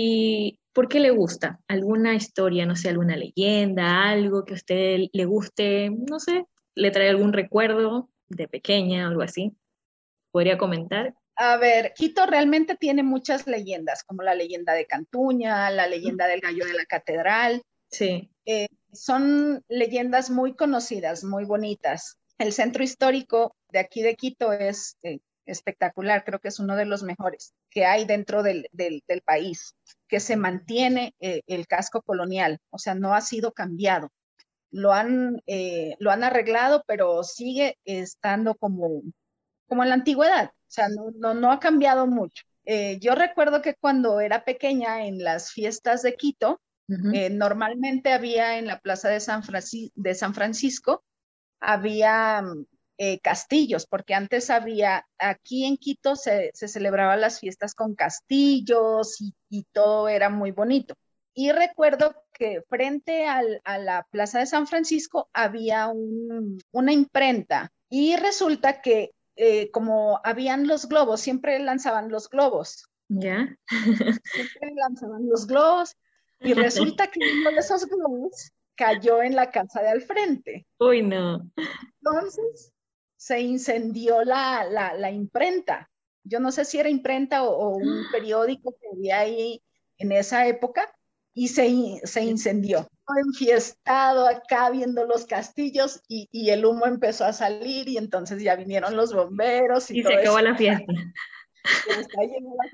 y por qué le gusta. Alguna historia, no sé, alguna leyenda, algo que a usted le guste, no sé, le trae algún recuerdo de pequeña, algo así. ¿Podría comentar? A ver, Quito realmente tiene muchas leyendas, como la leyenda de Cantuña, la leyenda del gallo de la catedral. Sí. Eh, son leyendas muy conocidas, muy bonitas. El centro histórico de aquí de Quito es eh, espectacular, creo que es uno de los mejores que hay dentro del, del, del país, que se mantiene eh, el casco colonial, o sea, no ha sido cambiado. Lo han, eh, lo han arreglado, pero sigue estando como, como en la antigüedad. O sea, no, no, no ha cambiado mucho. Eh, yo recuerdo que cuando era pequeña en las fiestas de Quito, uh-huh. eh, normalmente había en la plaza de San, Franci- de San Francisco, había eh, castillos, porque antes había, aquí en Quito se, se celebraban las fiestas con castillos y, y todo era muy bonito. Y recuerdo que frente al, a la Plaza de San Francisco había un, una imprenta y resulta que eh, como habían los globos, siempre lanzaban los globos. ¿Ya? Siempre lanzaban los globos y resulta que uno de esos globos cayó en la casa de al frente. Uy, no. Entonces se incendió la, la, la imprenta. Yo no sé si era imprenta o, o un periódico que había ahí en esa época, y se, se incendió. Enfiestado acá viendo los castillos y, y el humo empezó a salir y entonces ya vinieron los bomberos y, y todo se acabó eso. la fiesta. Ya está llena la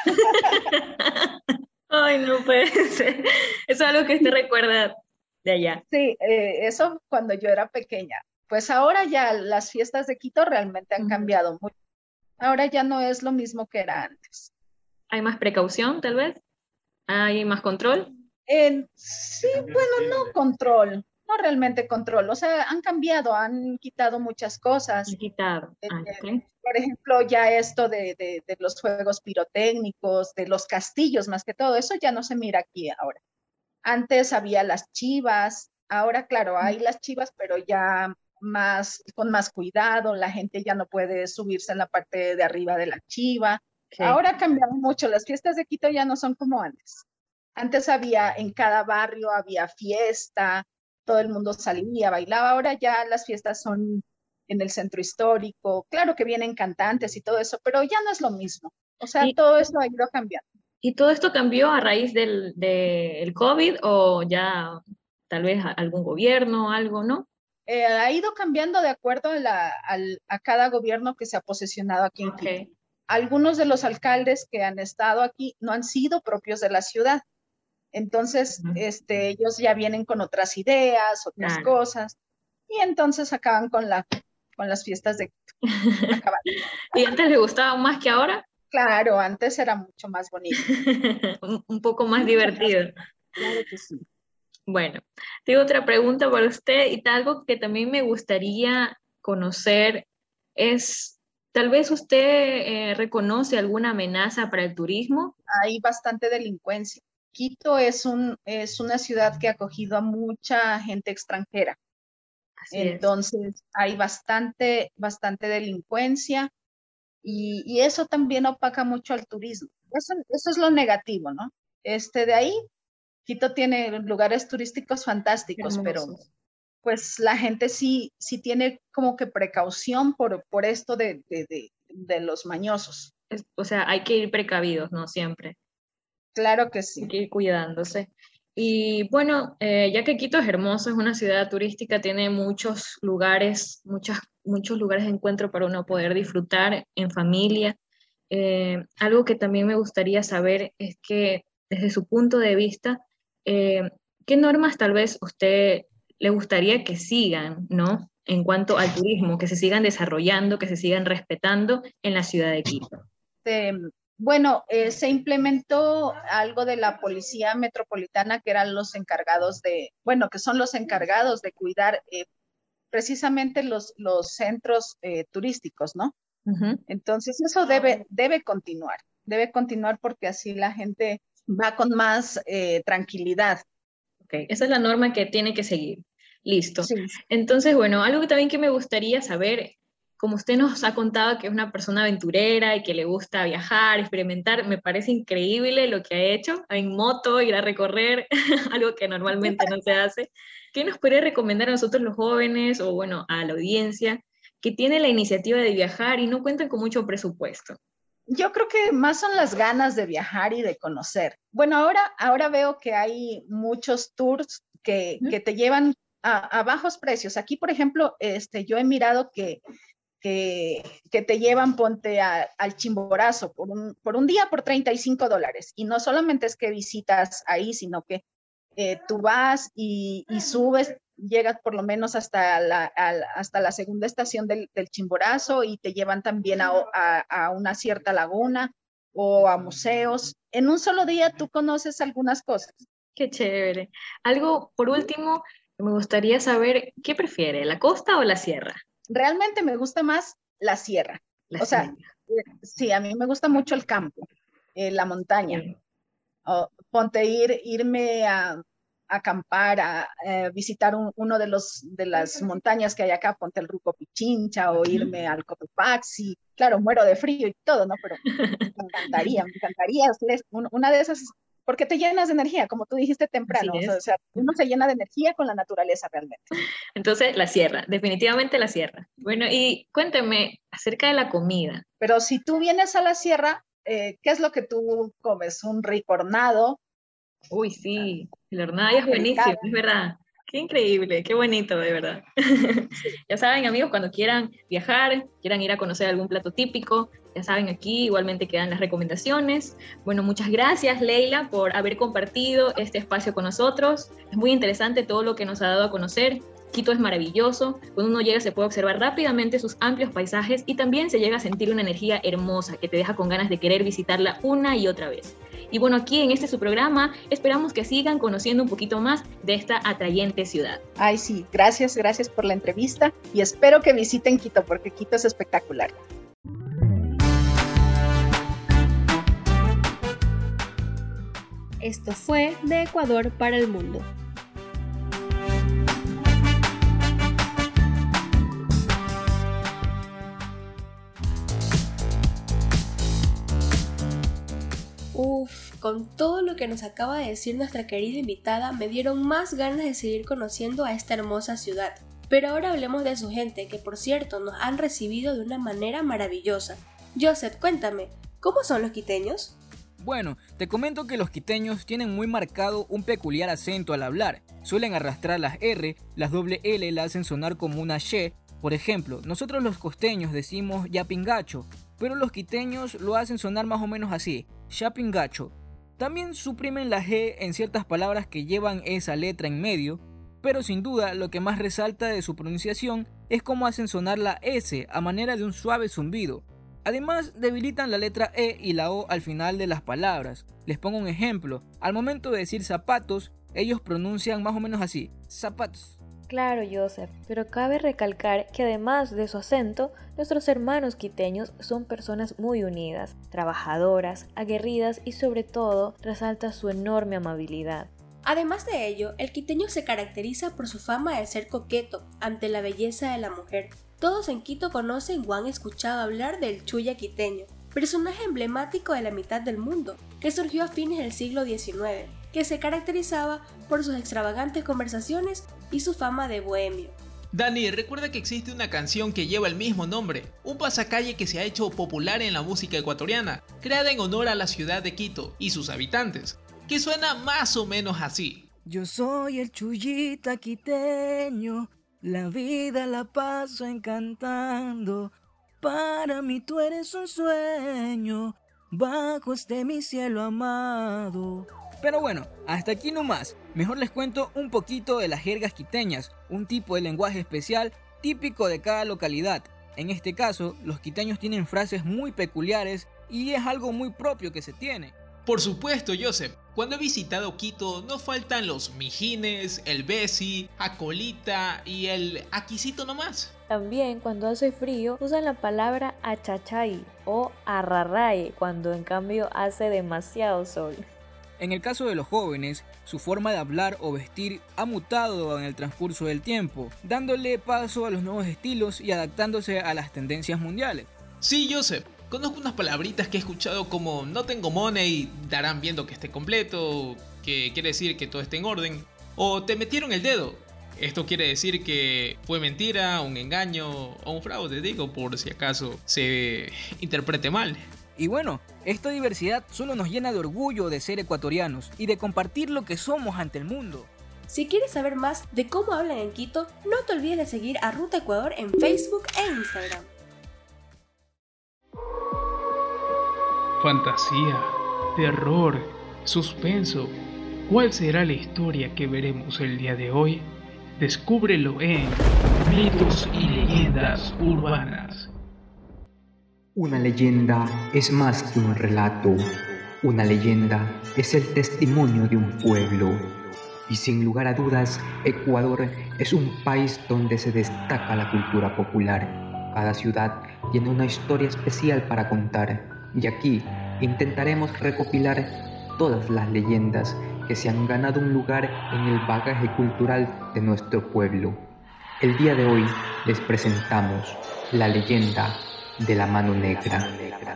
fiesta. Ay, no puede ser. Eso es algo que usted recuerda de allá. Sí, eh, eso cuando yo era pequeña. Pues ahora ya las fiestas de Quito realmente han uh-huh. cambiado mucho. Ahora ya no es lo mismo que era antes. ¿Hay más precaución, tal vez? ¿Hay más control? Eh, sí, bueno, no control, no realmente control. O sea, han cambiado, han quitado muchas cosas. Han quitado. Eh, ah, okay. Por ejemplo, ya esto de, de, de los juegos pirotécnicos, de los castillos más que todo, eso ya no se mira aquí ahora. Antes había las chivas, ahora claro, hay las chivas, pero ya más, con más cuidado, la gente ya no puede subirse en la parte de arriba de la chiva. Sí. Ahora ha cambiado mucho, las fiestas de Quito ya no son como antes. Antes había, en cada barrio había fiesta, todo el mundo salía, bailaba, ahora ya las fiestas son en el centro histórico, claro que vienen cantantes y todo eso, pero ya no es lo mismo. O sea, y, todo eso ha ido cambiando. ¿Y todo esto cambió a raíz del, del COVID o ya tal vez algún gobierno, algo, no? Eh, ha ido cambiando de acuerdo a, la, a, a cada gobierno que se ha posesionado aquí en okay. Quito. Algunos de los alcaldes que han estado aquí no han sido propios de la ciudad. Entonces, uh-huh. este, ellos ya vienen con otras ideas, otras claro. cosas, y entonces acaban con, la, con las fiestas de acabar. ¿Y antes le gustaba más que ahora? Claro, antes era mucho más bonito. un, un poco más divertido. Claro que sí. Bueno, tengo otra pregunta para usted y algo que también me gustaría conocer es, tal vez usted eh, reconoce alguna amenaza para el turismo. Hay bastante delincuencia. Quito es, un, es una ciudad que ha acogido a mucha gente extranjera. Así Entonces es. hay bastante, bastante delincuencia y, y eso también opaca mucho al turismo. Eso, eso es lo negativo, ¿no? Este, de ahí, Quito tiene lugares turísticos fantásticos, pero pues la gente sí, sí tiene como que precaución por, por esto de, de, de, de los mañosos. Es, o sea, hay que ir precavidos, ¿no? Siempre. Claro que sí. Hay que ir cuidándose. Y bueno, eh, ya que Quito es hermoso, es una ciudad turística, tiene muchos lugares, muchas, muchos lugares de encuentro para uno poder disfrutar en familia. Eh, algo que también me gustaría saber es que desde su punto de vista, eh, ¿qué normas tal vez usted le gustaría que sigan, ¿no? En cuanto al turismo, que se sigan desarrollando, que se sigan respetando en la ciudad de Quito. Eh, bueno, eh, se implementó algo de la policía metropolitana que eran los encargados de, bueno, que son los encargados de cuidar eh, precisamente los, los centros eh, turísticos, ¿no? Uh-huh. Entonces eso debe, debe continuar, debe continuar porque así la gente va con más eh, tranquilidad. Okay. Esa es la norma que tiene que seguir. Listo. Sí. Entonces, bueno, algo que también que me gustaría saber, como usted nos ha contado que es una persona aventurera y que le gusta viajar, experimentar, me parece increíble lo que ha hecho en moto, ir a recorrer, algo que normalmente no se hace. ¿Qué nos podría recomendar a nosotros los jóvenes o, bueno, a la audiencia que tiene la iniciativa de viajar y no cuentan con mucho presupuesto? Yo creo que más son las ganas de viajar y de conocer. Bueno, ahora, ahora veo que hay muchos tours que, que te llevan a, a bajos precios. Aquí, por ejemplo, este, yo he mirado que, que, que te llevan, ponte a, al Chimborazo por un, por un día por treinta y cinco dólares. Y no solamente es que visitas ahí, sino que eh, tú vas y, y subes, llegas por lo menos hasta la, a, hasta la segunda estación del, del Chimborazo y te llevan también a, a, a una cierta laguna o a museos. En un solo día tú conoces algunas cosas. Qué chévere. Algo, por último, me gustaría saber, ¿qué prefiere, la costa o la sierra? Realmente me gusta más la sierra. La o sierra. sea, eh, sí, a mí me gusta mucho el campo, eh, la montaña. Sí. O, ponte ir, irme a, acampar, a eh, visitar un, uno de, los, de las montañas que hay acá, ponte el Ruco Pichincha o irme al Cotopaxi. Claro, muero de frío y todo, ¿no? Pero me encantaría, me encantaría. Una de esas, porque te llenas de energía, como tú dijiste temprano. O sea, o sea, uno se llena de energía con la naturaleza realmente. Entonces, la sierra, definitivamente la sierra. Bueno, y cuénteme acerca de la comida. Pero si tú vienes a la sierra, eh, ¿qué es lo que tú comes? Un rico hornado. Uy, sí, el hornado es buenísimo, es verdad. Qué increíble, qué bonito, de verdad. Ya saben, amigos, cuando quieran viajar, quieran ir a conocer algún plato típico, ya saben, aquí igualmente quedan las recomendaciones. Bueno, muchas gracias, Leila, por haber compartido este espacio con nosotros. Es muy interesante todo lo que nos ha dado a conocer. Quito es maravilloso. Cuando uno llega se puede observar rápidamente sus amplios paisajes y también se llega a sentir una energía hermosa que te deja con ganas de querer visitarla una y otra vez. Y bueno, aquí en este su programa esperamos que sigan conociendo un poquito más de esta atrayente ciudad. Ay, sí, gracias, gracias por la entrevista y espero que visiten Quito porque Quito es espectacular. Esto fue De Ecuador para el Mundo. Uf, con todo lo que nos acaba de decir nuestra querida invitada, me dieron más ganas de seguir conociendo a esta hermosa ciudad. Pero ahora hablemos de su gente, que por cierto nos han recibido de una manera maravillosa. Joseph, cuéntame, ¿cómo son los quiteños? Bueno, te comento que los quiteños tienen muy marcado un peculiar acento al hablar. Suelen arrastrar las R, las doble L la hacen sonar como una she. Por ejemplo, nosotros los costeños decimos yapingacho, pero los quiteños lo hacen sonar más o menos así, yapingacho. También suprimen la G en ciertas palabras que llevan esa letra en medio, pero sin duda lo que más resalta de su pronunciación es cómo hacen sonar la S a manera de un suave zumbido. Además, debilitan la letra E y la O al final de las palabras. Les pongo un ejemplo. Al momento de decir zapatos, ellos pronuncian más o menos así, zapatos. Claro, Joseph, pero cabe recalcar que además de su acento, nuestros hermanos quiteños son personas muy unidas, trabajadoras, aguerridas y sobre todo resalta su enorme amabilidad. Además de ello, el quiteño se caracteriza por su fama de ser coqueto ante la belleza de la mujer. Todos en Quito conocen o han escuchado hablar del chulla quiteño, personaje emblemático de la mitad del mundo, que surgió a fines del siglo diecinueve, que se caracterizaba por sus extravagantes conversaciones y su fama de bohemio. Dani, recuerda que existe una canción que lleva el mismo nombre, un pasacalle que se ha hecho popular en la música ecuatoriana, creada en honor a la ciudad de Quito y sus habitantes, que suena más o menos así. Yo soy el chullita quiteño, la vida la paso encantando, para mí tú eres un sueño, bajo este mi cielo amado. Pero bueno, hasta aquí nomás. Mejor les cuento un poquito de las jergas quiteñas, un tipo de lenguaje especial típico de cada localidad. En este caso, los quiteños tienen frases muy peculiares y es algo muy propio que se tiene. Por supuesto, Joseph. Cuando he visitado Quito no faltan los mijines, el besi, acolita y el aquisito nomás. También cuando hace frío usan la palabra achachay o arrarrae cuando en cambio hace demasiado sol. En el caso de los jóvenes, su forma de hablar o vestir ha mutado en el transcurso del tiempo, dándole paso a los nuevos estilos y adaptándose a las tendencias mundiales. Sí, Joseph. Conozco unas palabritas que he escuchado como no tengo money, darán viendo que esté completo, que quiere decir que todo esté en orden, o te metieron el dedo. Esto quiere decir que fue mentira, un engaño o un fraude, digo, por si acaso se interprete mal. Y bueno, esta diversidad solo nos llena de orgullo de ser ecuatorianos y de compartir lo que somos ante el mundo. Si quieres saber más de cómo hablan en Quito, no te olvides de seguir a Ruta Ecuador en Facebook e Instagram. Fantasía, terror, suspenso. ¿Cuál será la historia que veremos el día de hoy? Descúbrelo en Mitos y Leyendas Urbanas. Una leyenda es más que un relato. Una leyenda es el testimonio de un pueblo. Y sin lugar a dudas, Ecuador es un país donde se destaca la cultura popular. Cada ciudad tiene una historia especial para contar. Y aquí intentaremos recopilar todas las leyendas que se han ganado un lugar en el bagaje cultural de nuestro pueblo. El día de hoy les presentamos la leyenda de la mano negra.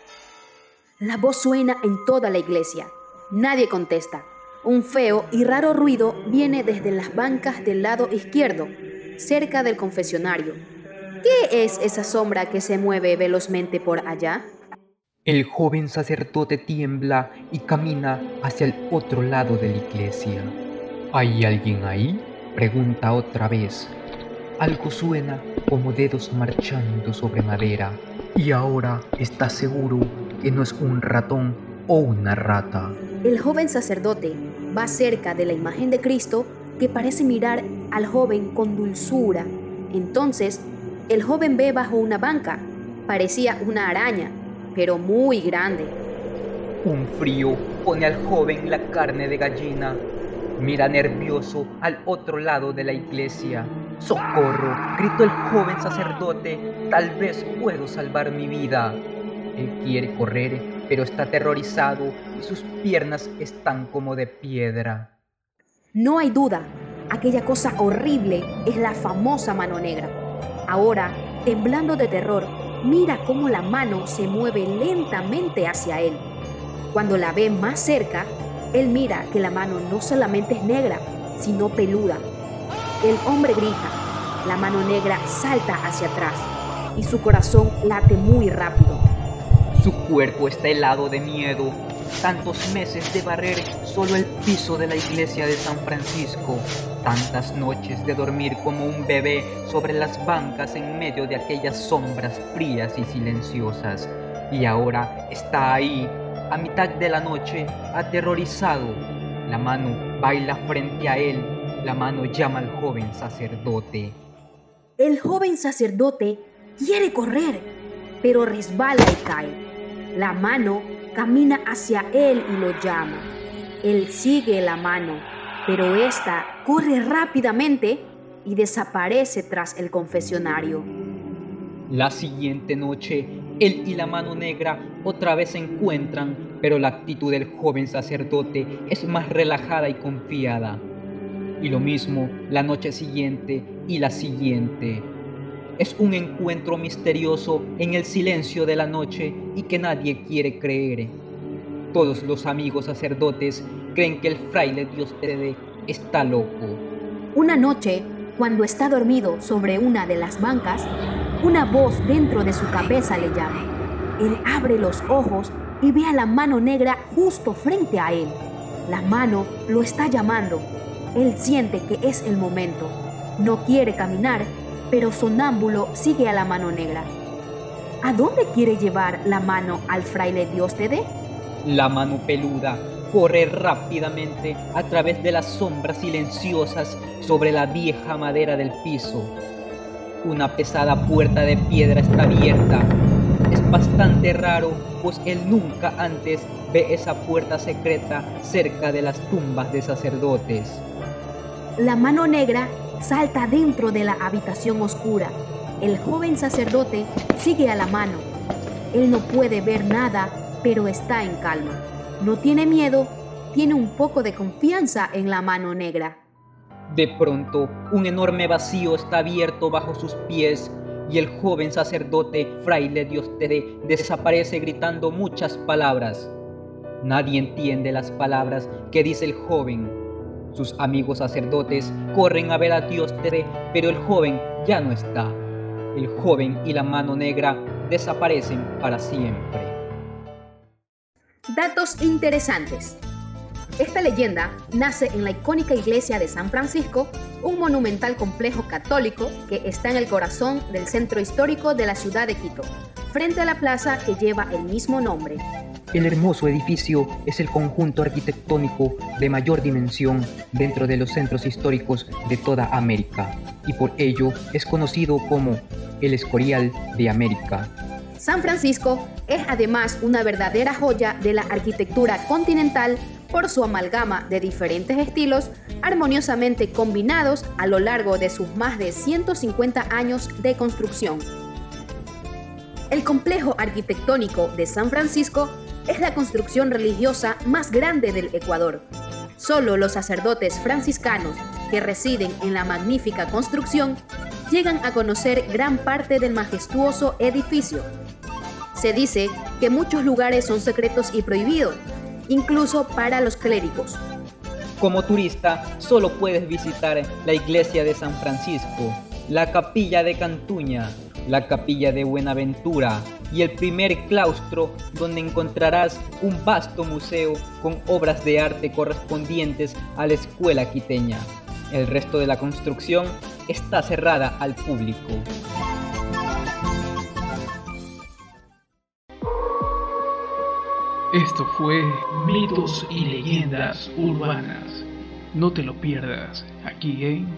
La voz suena en toda la iglesia. Nadie contesta. Un feo y raro ruido viene desde las bancas del lado izquierdo, cerca del confesionario. ¿Qué es esa sombra que se mueve velozmente por allá? El joven sacerdote tiembla y camina hacia el otro lado de la iglesia. ¿Hay alguien ahí?, pregunta otra vez. Algo suena como dedos marchando sobre madera, y ahora está seguro que no es un ratón o una rata. El joven sacerdote va cerca de la imagen de Cristo, que parece mirar al joven con dulzura. Entonces, el joven ve bajo una banca. Parecía una araña, pero muy grande. Un frío pone al joven la carne de gallina. Mira nervioso al otro lado de la iglesia. ¡Socorro!, gritó el joven sacerdote. Tal vez puedo salvar mi vida. Él quiere correr, pero está aterrorizado y sus piernas están como de piedra. No hay duda, aquella cosa horrible es la famosa mano negra. Ahora, temblando de terror, mira cómo la mano se mueve lentamente hacia él. Cuando la ve más cerca, él mira que la mano no solamente es negra, sino peluda. El hombre grita, la mano negra salta hacia atrás y su corazón late muy rápido. Su cuerpo está helado de miedo. Tantos meses de barrer solo el piso de la iglesia de San Francisco. Tantas noches de dormir como un bebé sobre las bancas en medio de aquellas sombras frías y silenciosas. Y ahora está ahí, a mitad de la noche, aterrorizado. La mano baila frente a él. La mano llama al joven sacerdote. El joven sacerdote quiere correr, pero resbala y cae. La mano camina hacia él y lo llama. Él sigue la mano, pero ésta corre rápidamente y desaparece tras el confesionario. La siguiente noche, él y la mano negra otra vez se encuentran, pero la actitud del joven sacerdote es más relajada y confiada. Y lo mismo la noche siguiente y la siguiente. Es un encuentro misterioso en el silencio de la noche y que nadie quiere creer. Todos los amigos sacerdotes creen que el fraile Diosdede está loco. Una noche, cuando está dormido sobre una de las bancas, una voz dentro de su cabeza le llama. Él abre los ojos y ve a la mano negra justo frente a él. La mano lo está llamando. Él siente que es el momento. No quiere caminar, pero sonámbulo sigue a la mano negra. ¿A dónde quiere llevar la mano al fraile Diosdede? La mano peluda corre rápidamente a través de las sombras silenciosas sobre la vieja madera del piso. Una pesada puerta de piedra está abierta. Es bastante raro, pues él nunca antes ve esa puerta secreta cerca de las tumbas de sacerdotes. La mano negra salta dentro de la habitación oscura. El joven sacerdote sigue a la mano. Él no puede ver nada, pero está en calma. No tiene miedo, tiene un poco de confianza en la mano negra. De pronto, un enorme vacío está abierto bajo sus pies y el joven sacerdote fraile Diosdede desaparece gritando muchas palabras. Nadie entiende las palabras que dice el joven. Sus amigos sacerdotes corren a ver a Diosdede, pero el joven ya no está. El joven y la mano negra desaparecen para siempre. Datos interesantes. Esta leyenda nace en la icónica iglesia de San Francisco, un monumental complejo católico que está en el corazón del centro histórico de la ciudad de Quito, frente a la plaza que lleva el mismo nombre. El hermoso edificio es el conjunto arquitectónico de mayor dimensión dentro de los centros históricos de toda América y por ello es conocido como el Escorial de América. San Francisco es además una verdadera joya de la arquitectura continental por su amalgama de diferentes estilos armoniosamente combinados a lo largo de sus más de ciento cincuenta años de construcción. El complejo arquitectónico de San Francisco es la construcción religiosa más grande del Ecuador. Solo los sacerdotes franciscanos que residen en la magnífica construcción llegan a conocer gran parte del majestuoso edificio. Se dice que muchos lugares son secretos y prohibidos, incluso para los clérigos. Como turista, solo puedes visitar la iglesia de San Francisco, la capilla de Cantuña, la capilla de Buenaventura y el primer claustro, donde encontrarás un vasto museo con obras de arte correspondientes a la escuela quiteña. El resto de la construcción está cerrada al público. Esto fue Mitos y Leyendas Urbanas. No te lo pierdas aquí en...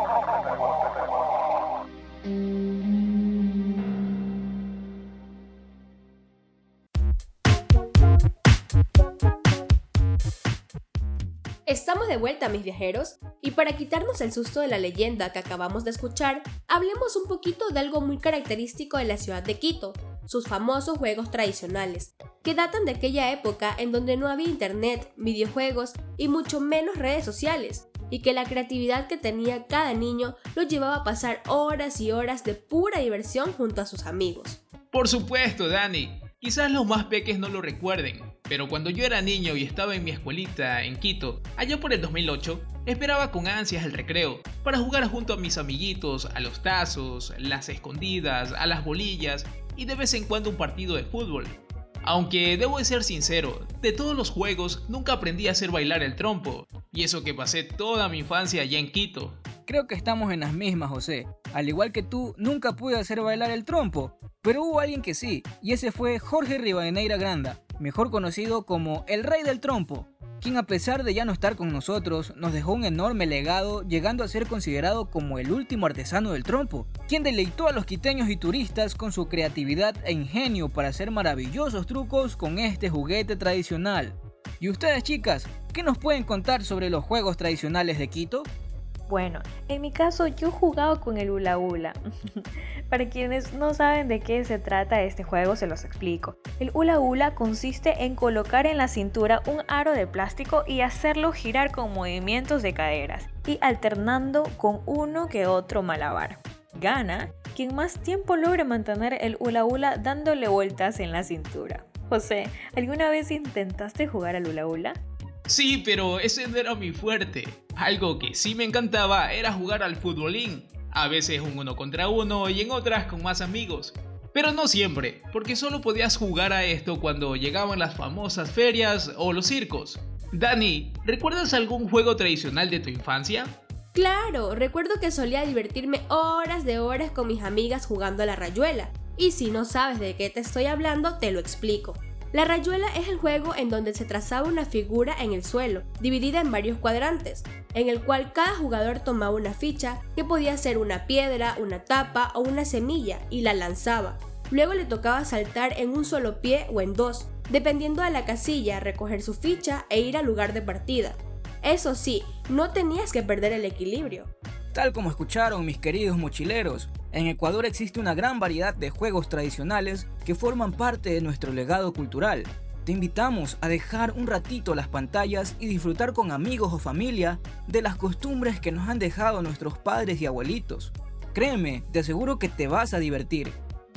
Estamos de vuelta, mis viajeros, y para quitarnos el susto de la leyenda que acabamos de escuchar, hablemos un poquito de algo muy característico de la ciudad de Quito, sus famosos juegos tradicionales, que datan de aquella época en donde no había internet, videojuegos y mucho menos redes sociales, y que la creatividad que tenía cada niño lo llevaba a pasar horas y horas de pura diversión junto a sus amigos. Por supuesto, Dani. Quizás los más peques no lo recuerden, pero cuando yo era niño y estaba en mi escuelita en Quito, allá por el dos mil ocho, esperaba con ansias el recreo para jugar junto a mis amiguitos a los tazos, las escondidas, a las bolillas y de vez en cuando un partido de fútbol. Aunque debo de ser sincero, de todos los juegos nunca aprendí a hacer bailar el trompo, y eso que pasé toda mi infancia allá en Quito. Creo que estamos en las mismas, José. Al igual que tú, nunca pude hacer bailar el trompo, pero hubo alguien que sí, y ese fue Jorge Rivadeneira Granda, mejor conocido como el Rey del Trompo, quien a pesar de ya no estar con nosotros, nos dejó un enorme legado, llegando a ser considerado como el último artesano del trompo, quien deleitó a los quiteños y turistas con su creatividad e ingenio para hacer maravillosos trucos con este juguete tradicional. ¿Y ustedes, chicas, qué nos pueden contar sobre los juegos tradicionales de Quito? Bueno, en mi caso yo he jugado con el hula hula. Para quienes no saben de qué se trata este juego, se los explico. El hula hula consiste en colocar en la cintura un aro de plástico y hacerlo girar con movimientos de caderas y alternando con uno que otro malabar. Gana quien más tiempo logre mantener el hula hula dándole vueltas en la cintura. José, ¿alguna vez intentaste jugar al hula hula? Sí, pero ese no era mi fuerte. Algo que sí me encantaba era jugar al futbolín. A veces un uno contra uno y en otras con más amigos. Pero no siempre, porque solo podías jugar a esto cuando llegaban las famosas ferias o los circos. Dani, ¿recuerdas algún juego tradicional de tu infancia? Claro, recuerdo que solía divertirme horas de horas con mis amigas jugando a la rayuela. Y si no sabes de qué te estoy hablando, te lo explico. La rayuela es el juego en donde se trazaba una figura en el suelo, dividida en varios cuadrantes, en el cual cada jugador tomaba una ficha que podía ser una piedra, una tapa o una semilla y la lanzaba. Luego le tocaba saltar en un solo pie o en dos, dependiendo de la casilla, recoger su ficha e ir al lugar de partida. Eso sí, no tenías que perder el equilibrio. Tal como escucharon, mis queridos mochileros, en Ecuador existe una gran variedad de juegos tradicionales que forman parte de nuestro legado cultural. Te invitamos a dejar un ratito las pantallas y disfrutar con amigos o familia de las costumbres que nos han dejado nuestros padres y abuelitos. Créeme, te aseguro que te vas a divertir.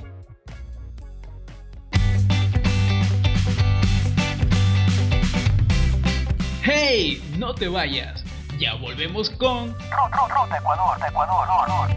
¡Hey! No te vayas. Ya volvemos con... Ruta Ecuador, de Ecuador, Ecuador.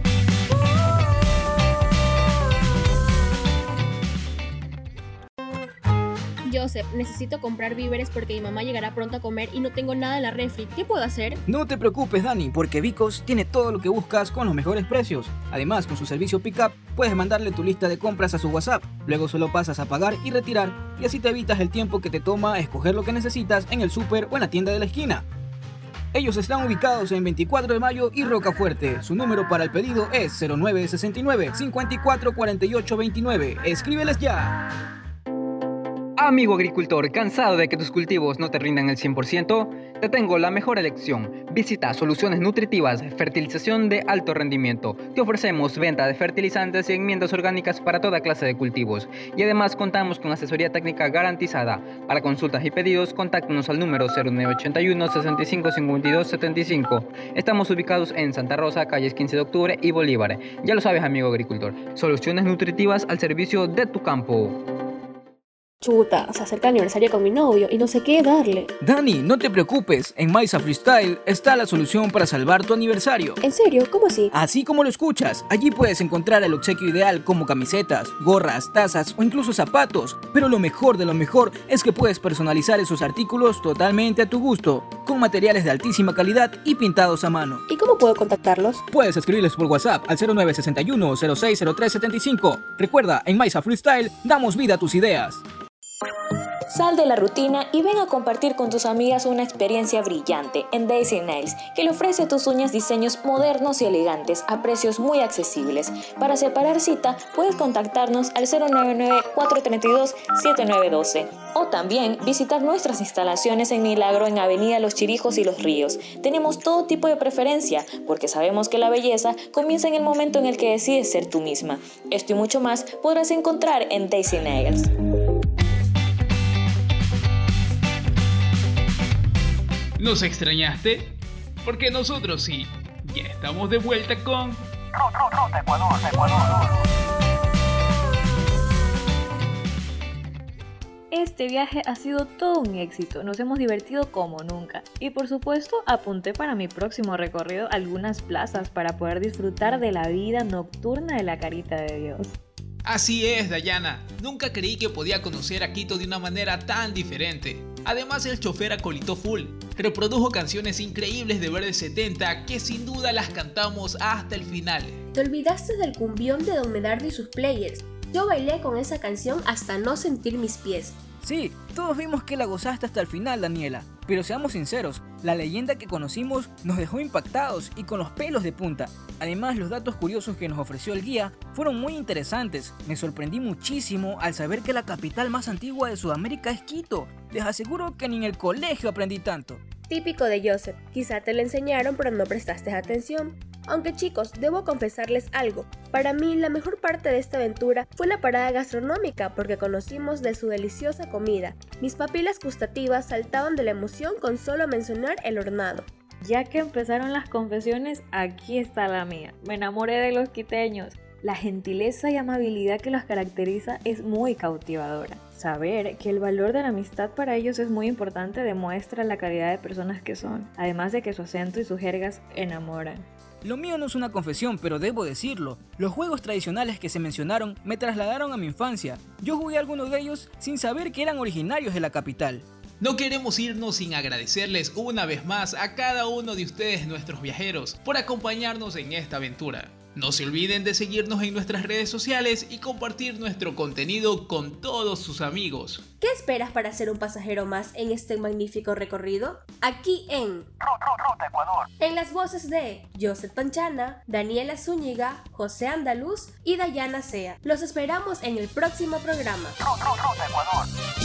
Joseph, necesito comprar víveres porque mi mamá llegará pronto a comer y no tengo nada en la refri. ¿Qué puedo hacer? No te preocupes, Dani, porque Vicos tiene todo lo que buscas con los mejores precios. Además, con su servicio Pickup, puedes mandarle tu lista de compras a su WhatsApp. Luego solo pasas a pagar y retirar, y así te evitas el tiempo que te toma escoger lo que necesitas en el súper o en la tienda de la esquina. Ellos están ubicados en veinticuatro de mayo y Rocafuerte. Su número para el pedido es cero nueve sesenta y nueve, cincuenta y cuatro cuarenta y ocho veintinueve. Escríbeles ya. Amigo agricultor, ¿cansado de que tus cultivos no te rindan el cien por ciento? Te tengo la mejor elección. Visita Soluciones Nutritivas, fertilización de alto rendimiento. Te ofrecemos venta de fertilizantes y enmiendas orgánicas para toda clase de cultivos. Y además contamos con asesoría técnica garantizada. Para consultas y pedidos, contáctanos al número cero nueve ochenta y uno, sesenta y cinco, cincuenta y dos, setenta y cinco. Estamos ubicados en Santa Rosa, calles quince de octubre y Bolívar. Ya lo sabes, amigo agricultor. Soluciones nutritivas al servicio de tu campo. Chuta, se acerca el aniversario con mi novio y no sé qué darle. Dani, no te preocupes, en Maisa Freestyle está la solución para salvar tu aniversario. ¿En serio? ¿Cómo así? Así como lo escuchas, allí puedes encontrar el obsequio ideal como camisetas, gorras, tazas o incluso zapatos. Pero lo mejor de lo mejor es que puedes personalizar esos artículos totalmente a tu gusto, con materiales de altísima calidad y pintados a mano. ¿Y cómo puedo contactarlos? Puedes escribirles por WhatsApp al cero nueve sesenta y uno, cero seis cero tres setenta y cinco. Recuerda, en Maisa Freestyle damos vida a tus ideas. Sal de la rutina y ven a compartir con tus amigas una experiencia brillante en Daisy Nails, que le ofrece a tus uñas diseños modernos y elegantes a precios muy accesibles. Para separar cita, puedes contactarnos al cero nueve nueve, cuatro tres dos, siete nueve uno dos o también visitar nuestras instalaciones en Milagro en Avenida Los Chirijos y Los Ríos. Tenemos todo tipo de preferencia, porque sabemos que la belleza comienza en el momento en el que decides ser tú misma. Esto y mucho más podrás encontrar en Daisy Nails. ¿Nos extrañaste? Porque nosotros sí. Ya estamos de vuelta con Ruta Ecuador, Ecuador. Este viaje ha sido todo un éxito, nos hemos divertido como nunca y por supuesto apunté para mi próximo recorrido algunas plazas para poder disfrutar de la vida nocturna de la Carita de Dios. Así es, Dayana. Nunca creí que podía conocer a Quito de una manera tan diferente. Además, el chofer acolitó full. Reprodujo canciones increíbles de Verde setenta que sin duda las cantamos hasta el final. Te olvidaste del cumbión de Don Medardo y sus players. Yo bailé con esa canción hasta no sentir mis pies. Sí, todos vimos que la gozaste hasta el final, Daniela. Pero seamos sinceros, la leyenda que conocimos nos dejó impactados y con los pelos de punta. Además, los datos curiosos que nos ofreció el guía fueron muy interesantes. Me sorprendí muchísimo al saber que la capital más antigua de Sudamérica es Quito. Les aseguro que ni en el colegio aprendí tanto. Típico de Joseph, quizá te lo enseñaron pero no prestaste atención. Aunque chicos, debo confesarles algo. Para mí, la mejor parte de esta aventura fue la parada gastronómica porque conocimos de su deliciosa comida. Mis papilas gustativas saltaban de la emoción con solo mencionar el hornado. Ya que empezaron las confesiones, aquí está la mía. Me enamoré de los quiteños. La gentileza y amabilidad que los caracteriza es muy cautivadora. Saber que el valor de la amistad para ellos es muy importante demuestra la calidad de personas que son, además de que su acento y sus jergas enamoran. Lo mío no es una confesión, pero debo decirlo. Los juegos tradicionales que se mencionaron me trasladaron a mi infancia. Yo jugué algunos de ellos sin saber que eran originarios de la capital. No queremos irnos sin agradecerles una vez más a cada uno de ustedes, nuestros viajeros, por acompañarnos en esta aventura. No se olviden de seguirnos en nuestras redes sociales y compartir nuestro contenido con todos sus amigos. ¿Qué esperas para ser un pasajero más en este magnífico recorrido? Aquí en Ruta Ecuador. En las voces de Joseph Panchana, Daniela Zúñiga, José Andaluz y Dayana Sea. Los esperamos en el próximo programa. Ruta Ecuador.